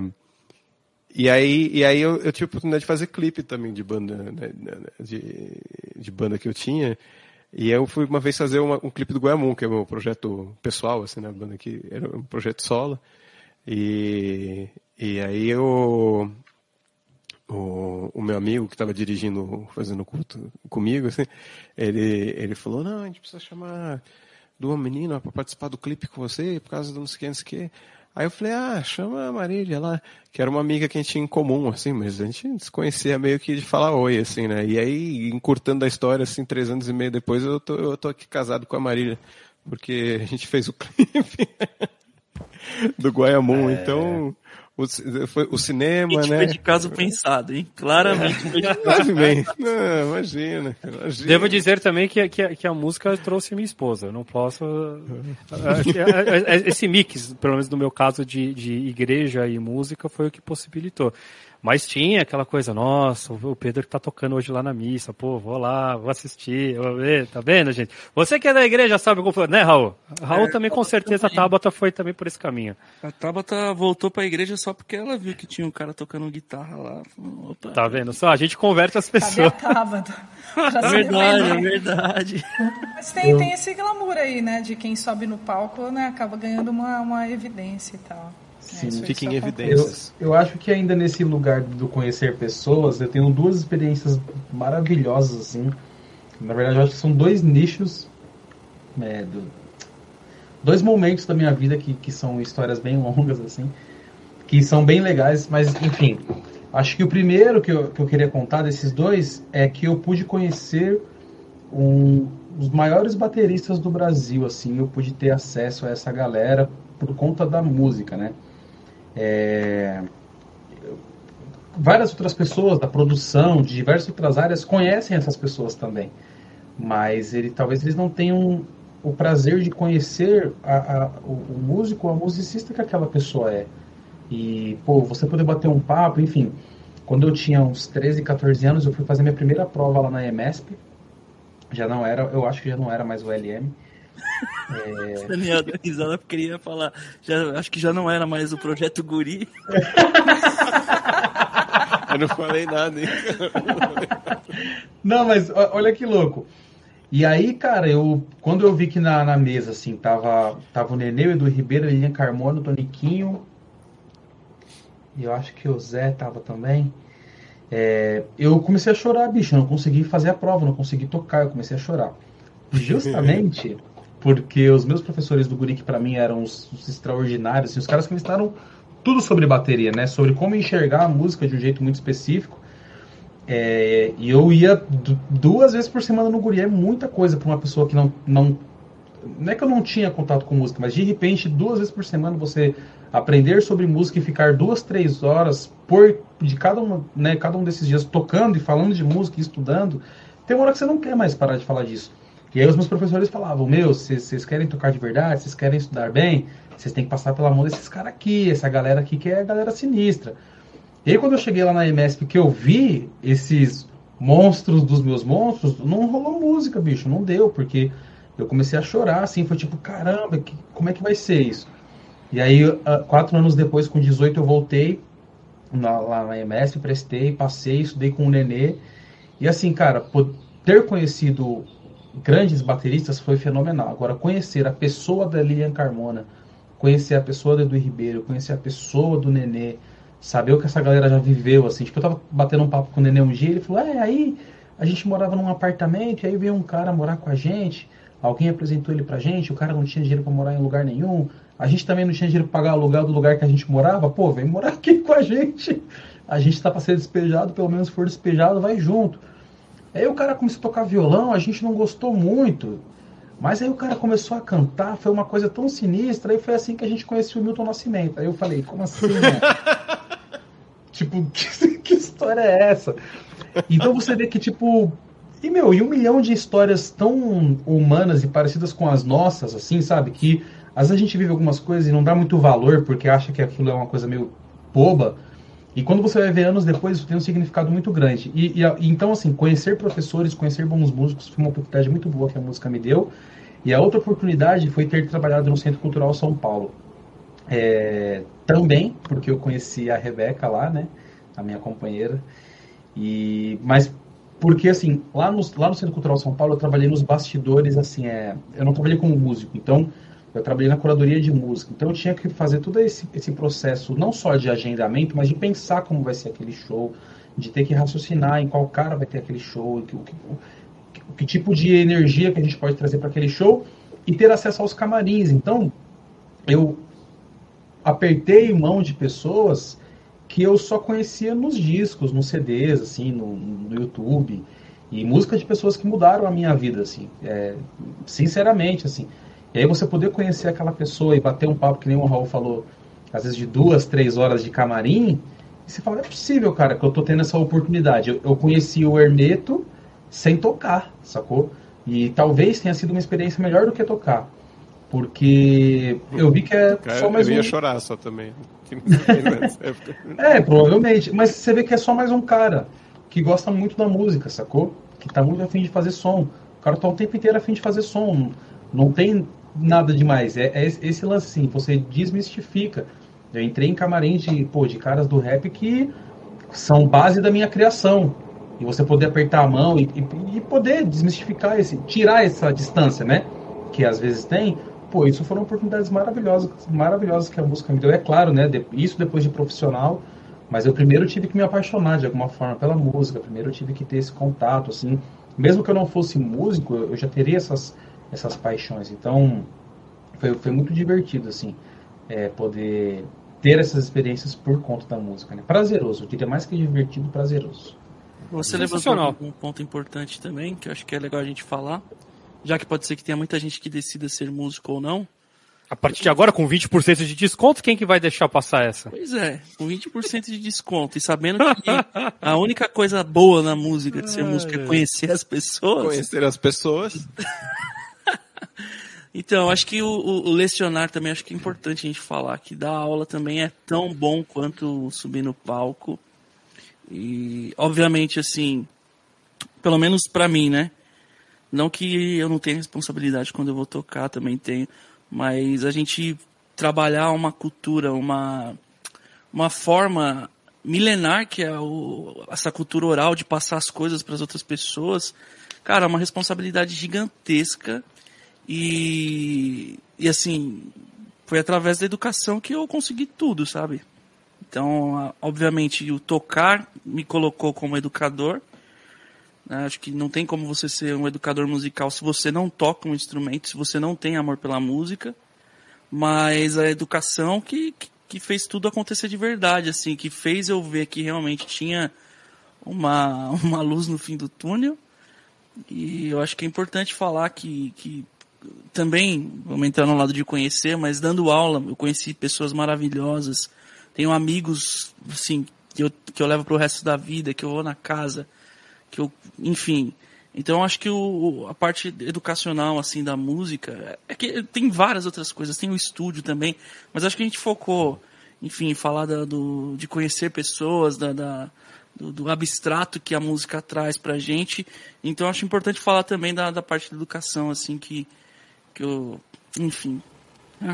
E aí, e aí eu, eu tive a oportunidade de fazer clipe também de banda, né? de, de banda que eu tinha. E eu fui uma vez fazer uma, um clipe do Goiamum, que é o meu projeto pessoal, assim, né, banda que era um projeto solo. E, e aí eu, o, o meu amigo que estava dirigindo, fazendo culto comigo, assim, ele, ele falou, não, a gente precisa chamar de uma menina para participar do clipe com você, por causa do não sei o que, não sei o que. Aí eu falei, ah, chama a Marília lá, que era uma amiga que a gente tinha em comum, assim, mas a gente se conhecia meio que de falar oi, assim, né? E aí, encurtando a história, assim, três anos e meio depois, eu tô, eu tô aqui casado com a Marília, porque a gente fez o clipe do Guaiamum, é... então... O, foi, o cinema, né? Foi de caso pensado, hein? Claramente foi de caso pensado. Não, imagina, imagina. Devo dizer também que, que, que a música trouxe minha esposa. Eu não posso... Esse mix, pelo menos no meu caso, de, de igreja e música, foi o que possibilitou. Mas tinha aquela coisa, nossa, o Pedro que tá tocando hoje lá na missa, pô, vou lá, vou assistir, vou ver, tá vendo, gente? Você que é da igreja sabe como foi, né, Raul? Raul é, também, com certeza, também. A Tabata foi também por esse caminho. A Tabata voltou pra igreja só porque ela viu que tinha um cara tocando guitarra lá. Opa. Tá vendo? Só a gente converte as pessoas. Cadê a Tabata? É verdade, é verdade. Mas tem, tem esse glamour aí, né, de quem sobe no palco, né, acaba ganhando uma, uma evidência e tal. Sim, é, fica em evidências. Eu, eu acho que ainda nesse lugar do conhecer pessoas, eu tenho duas experiências maravilhosas, assim. Na verdade, eu acho que são dois nichos, é, do, dois momentos da minha vida que, que são histórias bem longas, assim, que são bem legais, mas, enfim. Acho que o primeiro que eu, que eu queria contar desses dois é que eu pude conhecer um, os maiores bateristas do Brasil, assim. Eu pude ter acesso a essa galera por conta da música, né? É... Várias outras pessoas da produção, de diversas outras áreas, conhecem essas pessoas também, mas ele, talvez eles não tenham o prazer de conhecer a, a, o, o músico, a musicista que aquela pessoa é. E, pô, você poder bater um papo, enfim. Quando eu tinha uns treze, catorze anos, eu fui fazer minha primeira prova lá na E M E S P. Já não era, eu acho que já não era mais o L M. É... Daniel deu risada porque ele ia falar, já, acho que já não era mais o Projeto Guri. Eu não falei nada, hein? Não, mas olha que louco. E aí, cara, eu quando eu vi que na, na mesa, assim, tava, tava o Nenê, o Edu Ribeiro, a Lilian Carmona, o Toniquinho, e eu acho que o Zé tava também, é, eu comecei a chorar, bicho, eu não consegui fazer a prova, não consegui tocar, eu comecei a chorar. Justamente porque os meus professores do Guri, que pra mim eram os, os extraordinários, assim, os caras que me ensinaram tudo sobre bateria, né? Sobre como enxergar a música de um jeito muito específico. É, e eu ia d- duas vezes por semana no Guri. É muita coisa para uma pessoa que não, não... Não é que eu não tinha contato com música, mas de repente, duas vezes por semana, você aprender sobre música e ficar duas, três horas por, de cada, uma, né, cada um desses dias tocando e falando de música e estudando, tem uma hora que você não quer mais parar de falar disso. E aí os meus professores falavam, meu, vocês querem tocar de verdade, vocês querem estudar bem, vocês têm que passar pela mão desses caras aqui, essa galera aqui que é a galera sinistra. E aí quando eu cheguei lá na E M E S P, que eu vi esses monstros dos meus monstros, não rolou música, bicho, não deu, porque eu comecei a chorar, assim, foi tipo, caramba, que, como é que vai ser isso? E aí, quatro anos depois, com dezoito, eu voltei na, lá na E M E S P, prestei, passei, estudei com o Nenê, e assim, cara, ter conhecido grandes bateristas foi fenomenal. Agora, conhecer a pessoa da Lilian Carmona, conhecer a pessoa do Edu Ribeiro, conhecer a pessoa do Nenê, saber o que essa galera já viveu, assim. Tipo, eu tava batendo um papo com o Nenê um dia, ele falou, é, aí a gente morava num apartamento, e aí veio um cara morar com a gente, alguém apresentou ele pra gente, o cara não tinha dinheiro pra morar em lugar nenhum, a gente também não tinha dinheiro pra pagar o aluguel do lugar que a gente morava, pô, vem morar aqui com a gente, a gente tá pra ser despejado, pelo menos se for despejado, vai junto. Aí o cara começou a tocar violão, a gente não gostou muito, mas aí o cara começou a cantar, foi uma coisa tão sinistra, aí foi assim que a gente conheceu o Milton Nascimento. Aí eu falei, como assim, né? Tipo, que, que história é essa? Então você vê que, tipo... E, meu, e um milhão de histórias tão humanas e parecidas com as nossas, assim, sabe? Que às vezes a gente vive algumas coisas e não dá muito valor porque acha que aquilo é uma coisa meio boba. E quando você vai ver anos depois, isso tem um significado muito grande. E, e então, assim, conhecer professores, conhecer bons músicos foi uma oportunidade muito boa que a música me deu. E a outra oportunidade foi ter trabalhado no Centro Cultural São Paulo. É, também, porque eu conheci a Rebeca lá, né? A minha companheira. E, mas porque, assim, lá no, lá no Centro Cultural São Paulo eu trabalhei nos bastidores, assim, é, eu não trabalhei como músico, então eu trabalhei na curadoria de música. Então eu tinha que fazer todo esse, esse processo, não só de agendamento, mas de pensar como vai ser aquele show, de ter que raciocinar em qual cara vai ter aquele show, o que, o que, o que tipo de energia que a gente pode trazer para aquele show e ter acesso aos camarins. Então eu apertei mão de pessoas que eu só conhecia nos discos, nos C Ds, assim, no, no YouTube, e música de pessoas que mudaram a minha vida, assim, é, sinceramente, assim. E aí você poder conhecer aquela pessoa e bater um papo, que nem o Raul falou, às vezes de duas, três horas de camarim, e você fala, não é possível, cara, que eu tô tendo essa oportunidade. Eu, eu conheci o Hermeto sem tocar, sacou? E talvez tenha sido uma experiência melhor do que tocar. Porque eu vi que é cara, só mais um... Eu ia chorar só também. É, provavelmente. Mas você vê que é só mais um cara que gosta muito da música, sacou? Que tá muito afim de fazer som. O cara tá o tempo inteiro afim de fazer som. Não tem nada demais. É, é esse lance assim, você desmistifica. Eu entrei em camarim de, pô, de caras do rap que são base da minha criação. E você poder apertar a mão e, e, e poder desmistificar esse, tirar essa distância, né? Que às vezes tem. Pô, isso foram oportunidades maravilhosas, maravilhosas que a música me deu. É claro, né? Isso depois de profissional, mas eu primeiro tive que me apaixonar de alguma forma pela música. Primeiro eu tive que ter esse contato, assim. Mesmo que eu não fosse músico, eu já teria essas, essas paixões. Então, foi, foi muito divertido, assim, é, poder ter essas experiências por conta da música, né? Prazeroso, eu diria mais que divertido, prazeroso. Você levantou um ponto importante também, que eu acho que é legal a gente falar. Já que pode ser que tenha muita gente que decida ser músico ou não. A partir de agora, com vinte por cento de desconto, quem que vai deixar passar essa? Pois é, com vinte por cento de desconto. E sabendo que a única coisa boa na música, de ser músico, é conhecer as pessoas. Conhecer as pessoas. Então, acho que o, o, o lecionar também, acho que é importante a gente falar que dar aula também é tão bom quanto subir no palco. E, obviamente, assim, pelo menos pra mim, né? Não que eu não tenha responsabilidade quando eu vou tocar, também tenho, mas a gente trabalhar uma cultura, uma, uma forma milenar, que é o, essa cultura oral de passar as coisas para as outras pessoas, cara, é uma responsabilidade gigantesca e, e assim, foi através da educação que eu consegui tudo, sabe? Então, obviamente, o tocar me colocou como educador. Acho que não tem como você ser um educador musical se você não toca um instrumento, se você não tem amor pela música, mas a educação que, que fez tudo acontecer de verdade, assim, que fez eu ver que realmente tinha uma, uma luz no fim do túnel. E eu acho que é importante falar que, que também, vamos entrar no lado de conhecer, mas dando aula, eu conheci pessoas maravilhosas, tenho amigos, assim, que eu, que eu levo pro resto da vida, que eu vou na casa, que eu, enfim, Então acho que o, a parte educacional assim da música é que tem várias outras coisas, tem o estúdio também, mas acho que a gente focou, enfim, falar da, do, de conhecer pessoas, da, da, do, do abstrato que a música traz pra gente. Então acho importante falar também da, da parte da educação, assim, que, que eu, enfim. É.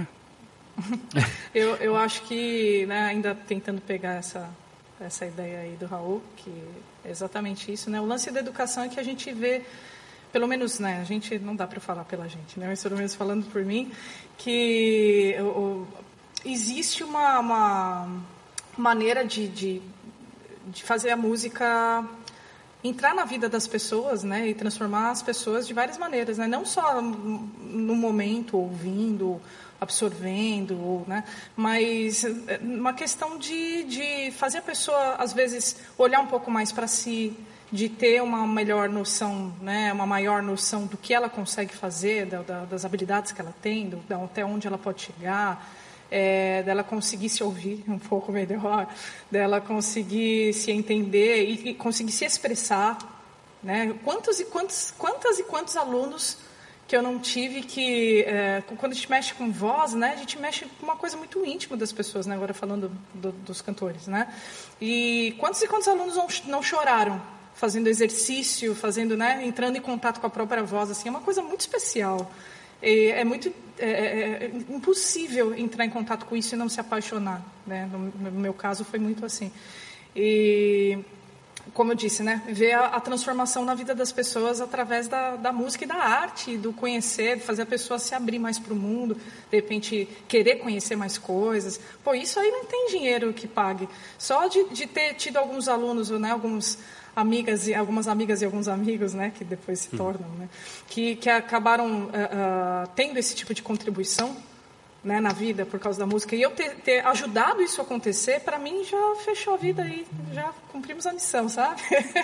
eu, eu acho que, né, ainda tentando pegar essa, essa ideia aí do Raul, que é exatamente isso, né? O lance da educação é que a gente vê, pelo menos, né, a gente não dá para falar pela gente, né? Mas pelo menos falando por mim, que o, o, existe uma, uma maneira de, de, de fazer a música entrar na vida das pessoas, né, e transformar as pessoas de várias maneiras, né? Não só no momento, ouvindo, absorvendo, né? Mas uma questão de, de fazer a pessoa, às vezes, olhar um pouco mais para si, de ter uma melhor noção, né? Uma maior noção do que ela consegue fazer, da, da, das habilidades que ela tem, do, até onde ela pode chegar, é, dela conseguir se ouvir um pouco melhor, dela conseguir se entender e, e conseguir se expressar, né? Quantos e quantos, quantas e quantos alunos que eu não tive que, é, quando a gente mexe com voz, né, a gente mexe com uma coisa muito íntima das pessoas, né, agora falando do, dos cantores, né, e quantos e quantos alunos não, não choraram fazendo exercício, fazendo, né, entrando em contato com a própria voz, assim, é uma coisa muito especial, e é muito é, é impossível entrar em contato com isso e não se apaixonar, né, no, no meu caso foi muito assim, e como eu disse, né, ver a, a transformação na vida das pessoas através da, da música e da arte, do conhecer, fazer a pessoa se abrir mais para o mundo, de repente querer conhecer mais coisas. Pô, isso aí não tem dinheiro que pague. Só de, de ter tido alguns alunos, né, alguns amigas e algumas amigas e alguns amigos, né, que depois se tornam, né, que, que acabaram uh, uh, tendo esse tipo de contribuição, né, na vida por causa da música, e eu ter, ter ajudado isso a acontecer, para mim já fechou a vida e já cumprimos a missão, sabe?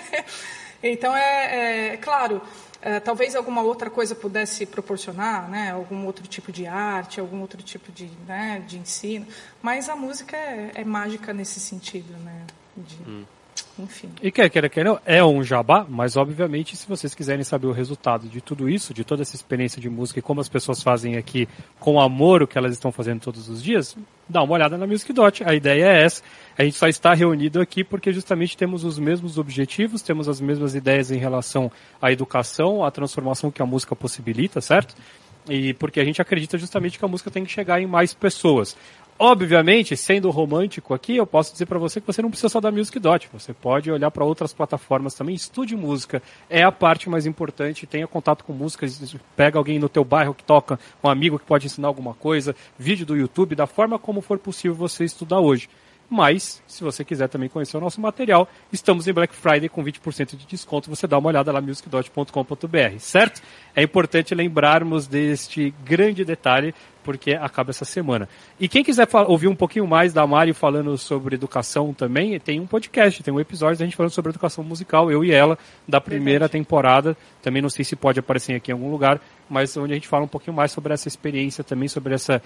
Então é, é claro, é, talvez alguma outra coisa pudesse proporcionar, né, algum outro tipo de arte, algum outro tipo de, né, de ensino, mas a música é, é mágica nesse sentido, né, de, hum. Enfim. E quer queira, quer não, é um jabá, mas obviamente se vocês quiserem saber o resultado de tudo isso, de toda essa experiência de música e como as pessoas fazem aqui com amor o que elas estão fazendo todos os dias, dá uma olhada na Music Dot. A ideia é essa. A gente só está reunido aqui porque justamente temos os mesmos objetivos, temos as mesmas ideias em relação à educação, à transformação que a música possibilita, certo? E porque a gente acredita justamente que a música tem que chegar em mais pessoas. Obviamente, sendo romântico aqui, eu posso dizer para você que você não precisa só da Music Dot. Você pode olhar para outras plataformas também. Estude música. É a parte mais importante. Tenha contato com música. Pega alguém no teu bairro que toca, um amigo que pode ensinar alguma coisa. Vídeo do YouTube, da forma como for possível você estudar hoje. Mas, se você quiser também conhecer o nosso material, estamos em Black Friday com vinte por cento de desconto. Você dá uma olhada lá, music dot com ponto b r, certo? É importante lembrarmos deste grande detalhe, porque acaba essa semana. E quem quiser ouvir um pouquinho mais da Mari falando sobre educação também, tem um podcast, tem um episódio da gente falando sobre educação musical, eu e ela, da primeira Verdade. temporada. Também não sei se pode aparecer aqui em algum lugar, mas onde a gente fala um pouquinho mais sobre essa experiência, também sobre essa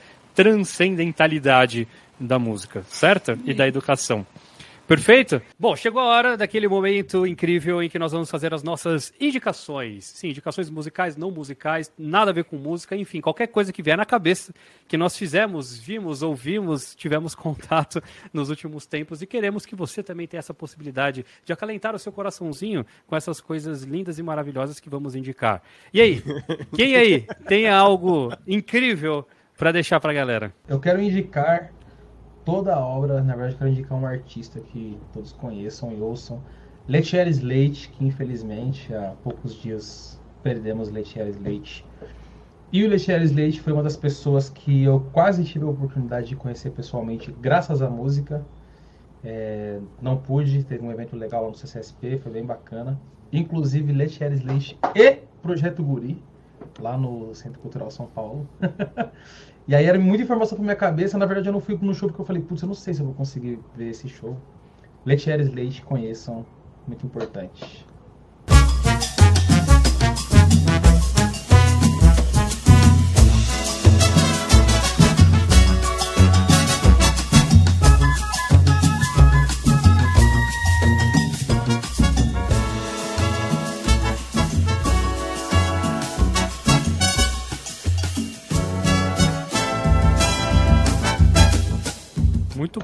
transcendentalidade da música, certo? E da educação. Perfeito? Bom, chegou a hora daquele momento incrível em que nós vamos fazer as nossas indicações. Sim, indicações musicais, não musicais, nada a ver com música, enfim, qualquer coisa que vier na cabeça que nós fizemos, vimos, ouvimos, tivemos contato nos últimos tempos e queremos que você também tenha essa possibilidade de acalentar o seu coraçãozinho com essas coisas lindas e maravilhosas que vamos indicar. E aí? Quem aí tem algo incrível para deixar para a galera? Eu quero indicar toda a obra, na verdade, quero indicar um artista que todos conheçam e ouçam, Lettieri Slate, que infelizmente há poucos dias perdemos Lettieri Slate. E o Lettieri Slate foi uma das pessoas que eu quase tive a oportunidade de conhecer pessoalmente, graças à música. É, não pude, teve um evento legal lá no C C S P, foi bem bacana. Inclusive Lettieri Slate e Projeto Guri, lá no Centro Cultural São Paulo. E aí era muita informação pra minha cabeça. Na verdade, eu não fui no show porque eu falei, putz, eu não sei se eu vou conseguir ver esse show. Lettieri Slate, conheçam, muito importante.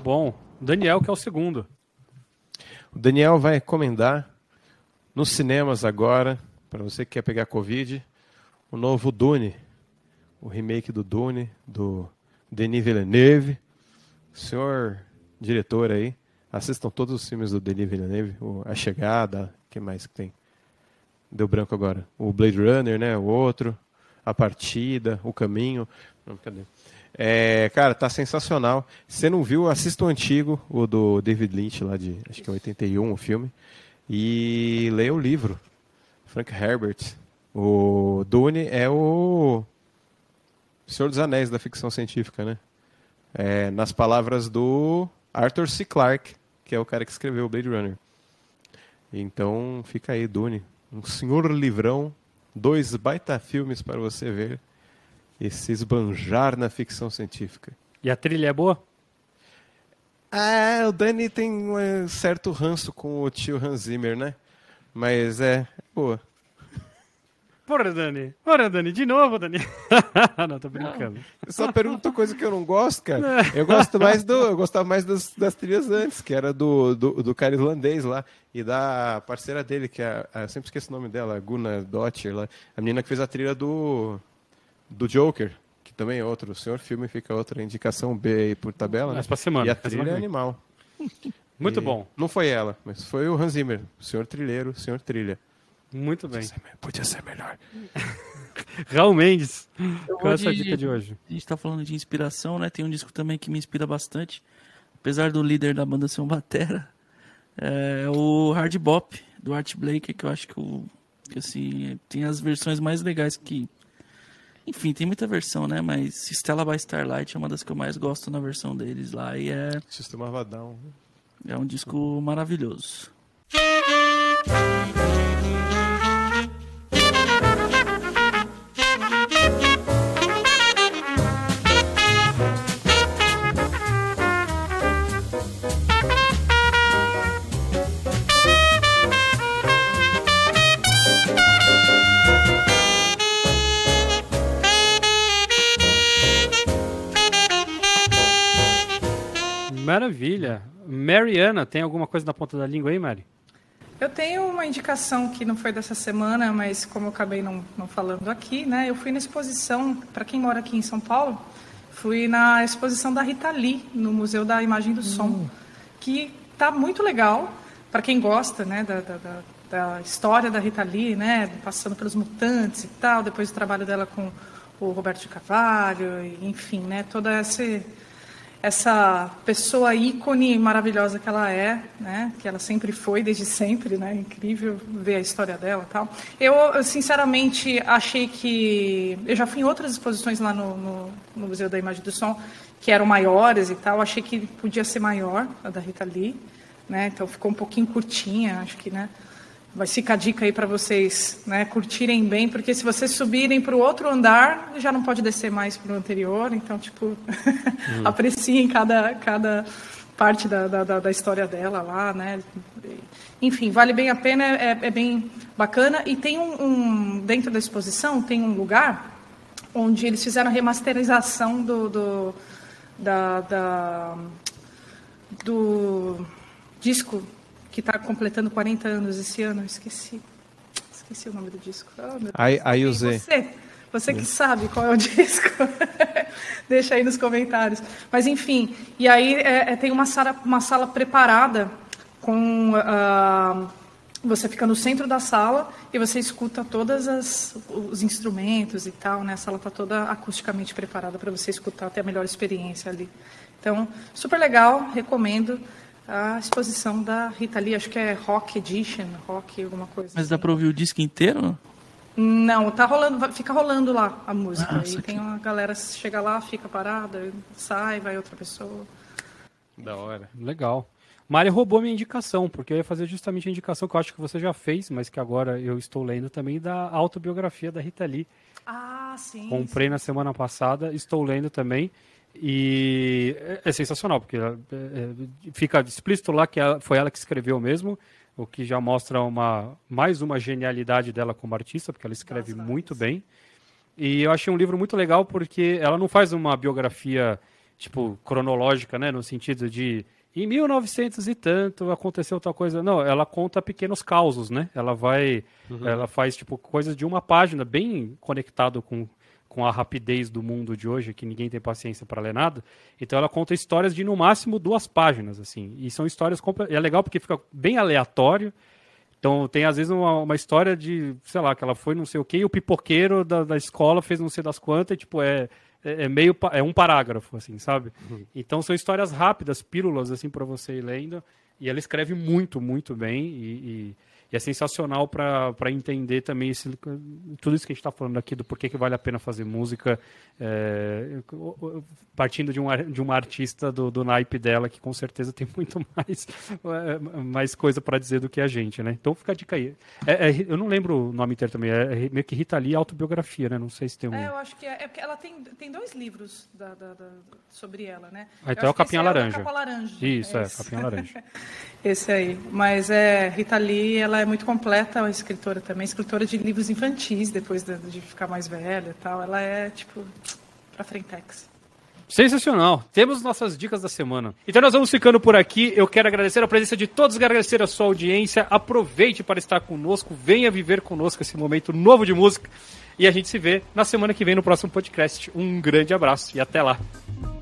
bom. Daniel, que é o segundo. O Daniel vai recomendar nos cinemas agora, para você que quer pegar Covid, o novo Dune, o remake do Dune, do Denis Villeneuve. Senhor diretor aí, assistam todos os filmes do Denis Villeneuve, o A Chegada, o que mais que tem? Deu branco agora. O Blade Runner, né? O outro, A Partida, O Caminho. Não, cadê? É, cara, tá sensacional. Se você não viu, assista o antigo, o do David Lynch, lá de, acho que é oitenta e um, o filme. E leia o livro. Frank Herbert. O Dune é o Senhor dos Anéis da ficção científica, né? É, nas palavras do Arthur C. Clarke, que é o cara que escreveu o Blade Runner. Então, fica aí, Dune. Um senhor livrão, dois baita filmes para você ver e se esbanjar na ficção científica. E a trilha é boa? Ah, o Dani tem um certo ranço com o tio Hans Zimmer, né? Mas é, é boa. Porra, Dani. Porra, Dani. De novo, Dani. Não, tô brincando. Eu só pergunto coisa que eu não gosto, cara. Eu gosto mais do, eu gostava mais das, das trilhas antes, que era do, do, do cara irlandês lá, e da parceira dele, que é, eu sempre esqueço o nome dela, Guna Dottir, lá, a menina que fez a trilha do, do Joker, que também é outro, o senhor filme fica outra indicação B aí por tabela, Mas né? pra semana. E a trilha é animal. Muito E bom. Não foi ela, mas foi o Hans Zimmer, o senhor trilheiro, o senhor trilha. Muito bem. Podia ser, podia ser melhor. Raul Mendes, Eu qual é a vou sua de- dica de hoje? A gente tá falando de inspiração, né? Tem um disco também que me inspira bastante. Apesar do líder da banda ser um batera. É o Hard Bop, do Art Blakey, que eu acho que, o, que assim, tem as versões mais legais que... Enfim, tem muita versão, né? Mas Stella by Starlight é uma das que eu mais gosto na versão deles lá. E é, Sistema Vadão. é um disco maravilhoso. Maravilha. Mariana, tem alguma coisa na ponta da língua aí, Mari? Eu tenho uma indicação que não foi dessa semana, mas como eu acabei não, não falando aqui, né? Eu fui na exposição, para quem mora aqui em São Paulo, fui na exposição da Rita Lee, no Museu da Imagem e do Som, que tá muito legal, para quem gosta, né, da, da, da, da história da Rita Lee, né, passando pelos Mutantes e tal, depois do trabalho dela com o Roberto de Carvalho, e, enfim, né, toda essa... essa pessoa ícone maravilhosa que ela é, né? Que ela sempre foi, desde sempre, né? Incrível ver a história dela e tal. Eu, sinceramente, achei que... Eu já fui em outras exposições lá no, no, no Museu da Imagem e do Som, que eram maiores e tal. Achei que podia ser maior, a da Rita Lee, né? Então ficou um pouquinho curtinha, acho que, né? Vai ficar a dica aí para vocês, né, curtirem bem, porque se vocês subirem para o outro andar, já não pode descer mais para o anterior, então, tipo, hum. apreciem cada, cada parte da, da, da história dela lá, né, enfim, vale bem a pena, é, é bem bacana, e tem um, um, dentro da exposição, tem um lugar onde eles fizeram a remasterização do, do, da, da, do disco que está completando quarenta anos esse ano, eu esqueci. Esqueci o nome do disco. Oh, meu Aí, Deus. aí o E Z. Você, você que sabe qual é o disco, deixa aí nos comentários. Mas, enfim, e aí é, é, tem uma sala, uma sala preparada com... Uh, você fica no centro da sala e você escuta todos os instrumentos e tal, né? A sala está toda acusticamente preparada para você escutar, ter a melhor experiência ali. Então, super legal, recomendo a exposição da Rita Lee, acho que é Rock Edition, Rock alguma coisa. Mas assim. dá pra ouvir o disco inteiro? Não, tá rolando, fica rolando lá a música. Ah, e tem uma galera chega lá, fica parada, sai, vai outra pessoa. Da hora. Legal. Mari roubou minha indicação, porque eu ia fazer justamente a indicação que eu acho que você já fez, mas que agora eu estou lendo também, da autobiografia da Rita Lee. Ah, sim. Comprei sim. na semana passada, estou lendo também. E é, é sensacional, porque é, é, fica explícito lá que ela, foi ela que escreveu mesmo, o que já mostra uma, mais uma genialidade dela como artista, porque ela escreve Das muito várias. bem. E eu achei um livro muito legal porque ela não faz uma biografia tipo, cronológica, né? No sentido de em mil e novecentos e tanto aconteceu tal coisa. Não, ela conta pequenos causos, né? Ela vai, uhum. ela faz tipo coisas de uma página, bem conectado com, com a rapidez do mundo de hoje, que ninguém tem paciência para ler nada. Então ela conta histórias de no máximo duas páginas, assim. E são histórias compl- é legal porque fica bem aleatório. Então tem às vezes uma, uma história de, sei lá, que ela foi não sei o quê e o pipoqueiro da, da escola fez não sei das quantas, e, tipo, é É meio é um parágrafo, assim, sabe? Uhum. Então são histórias rápidas, pílulas, assim, para você ir lendo. E ela escreve muito, muito bem. E, e, e é sensacional para entender também esse, tudo isso que a gente está falando aqui, do porquê que vale a pena fazer música, é, partindo de, um, de uma artista do, do naipe dela, que com certeza tem muito mais, mais coisa para dizer do que a gente, né? Então fica a dica aí. É, é, eu não lembro o nome inteiro também, é meio que Rita Lee autobiografia, né? Não sei se tem um... É, eu acho que é, é porque ela tem, tem dois livros da, da, da, sobre ela, né? Ah, então é o Capinha Laranja. É o Capa Laranja. Isso, é, esse. Capinha Laranja. Esse aí. Mas é, Rita Lee, ela é muito completa, é uma escritora também, escritora de livros infantis, depois de, de ficar mais velha e tal. Ela é, tipo, pra frentex. Sensacional. Temos nossas dicas da semana. Então nós vamos ficando por aqui. Eu quero agradecer a presença de todos, agradecer a sua audiência. Aproveite para estar conosco. Venha viver conosco esse momento novo de música. E a gente se vê na semana que vem no próximo podcast. Um grande abraço e até lá.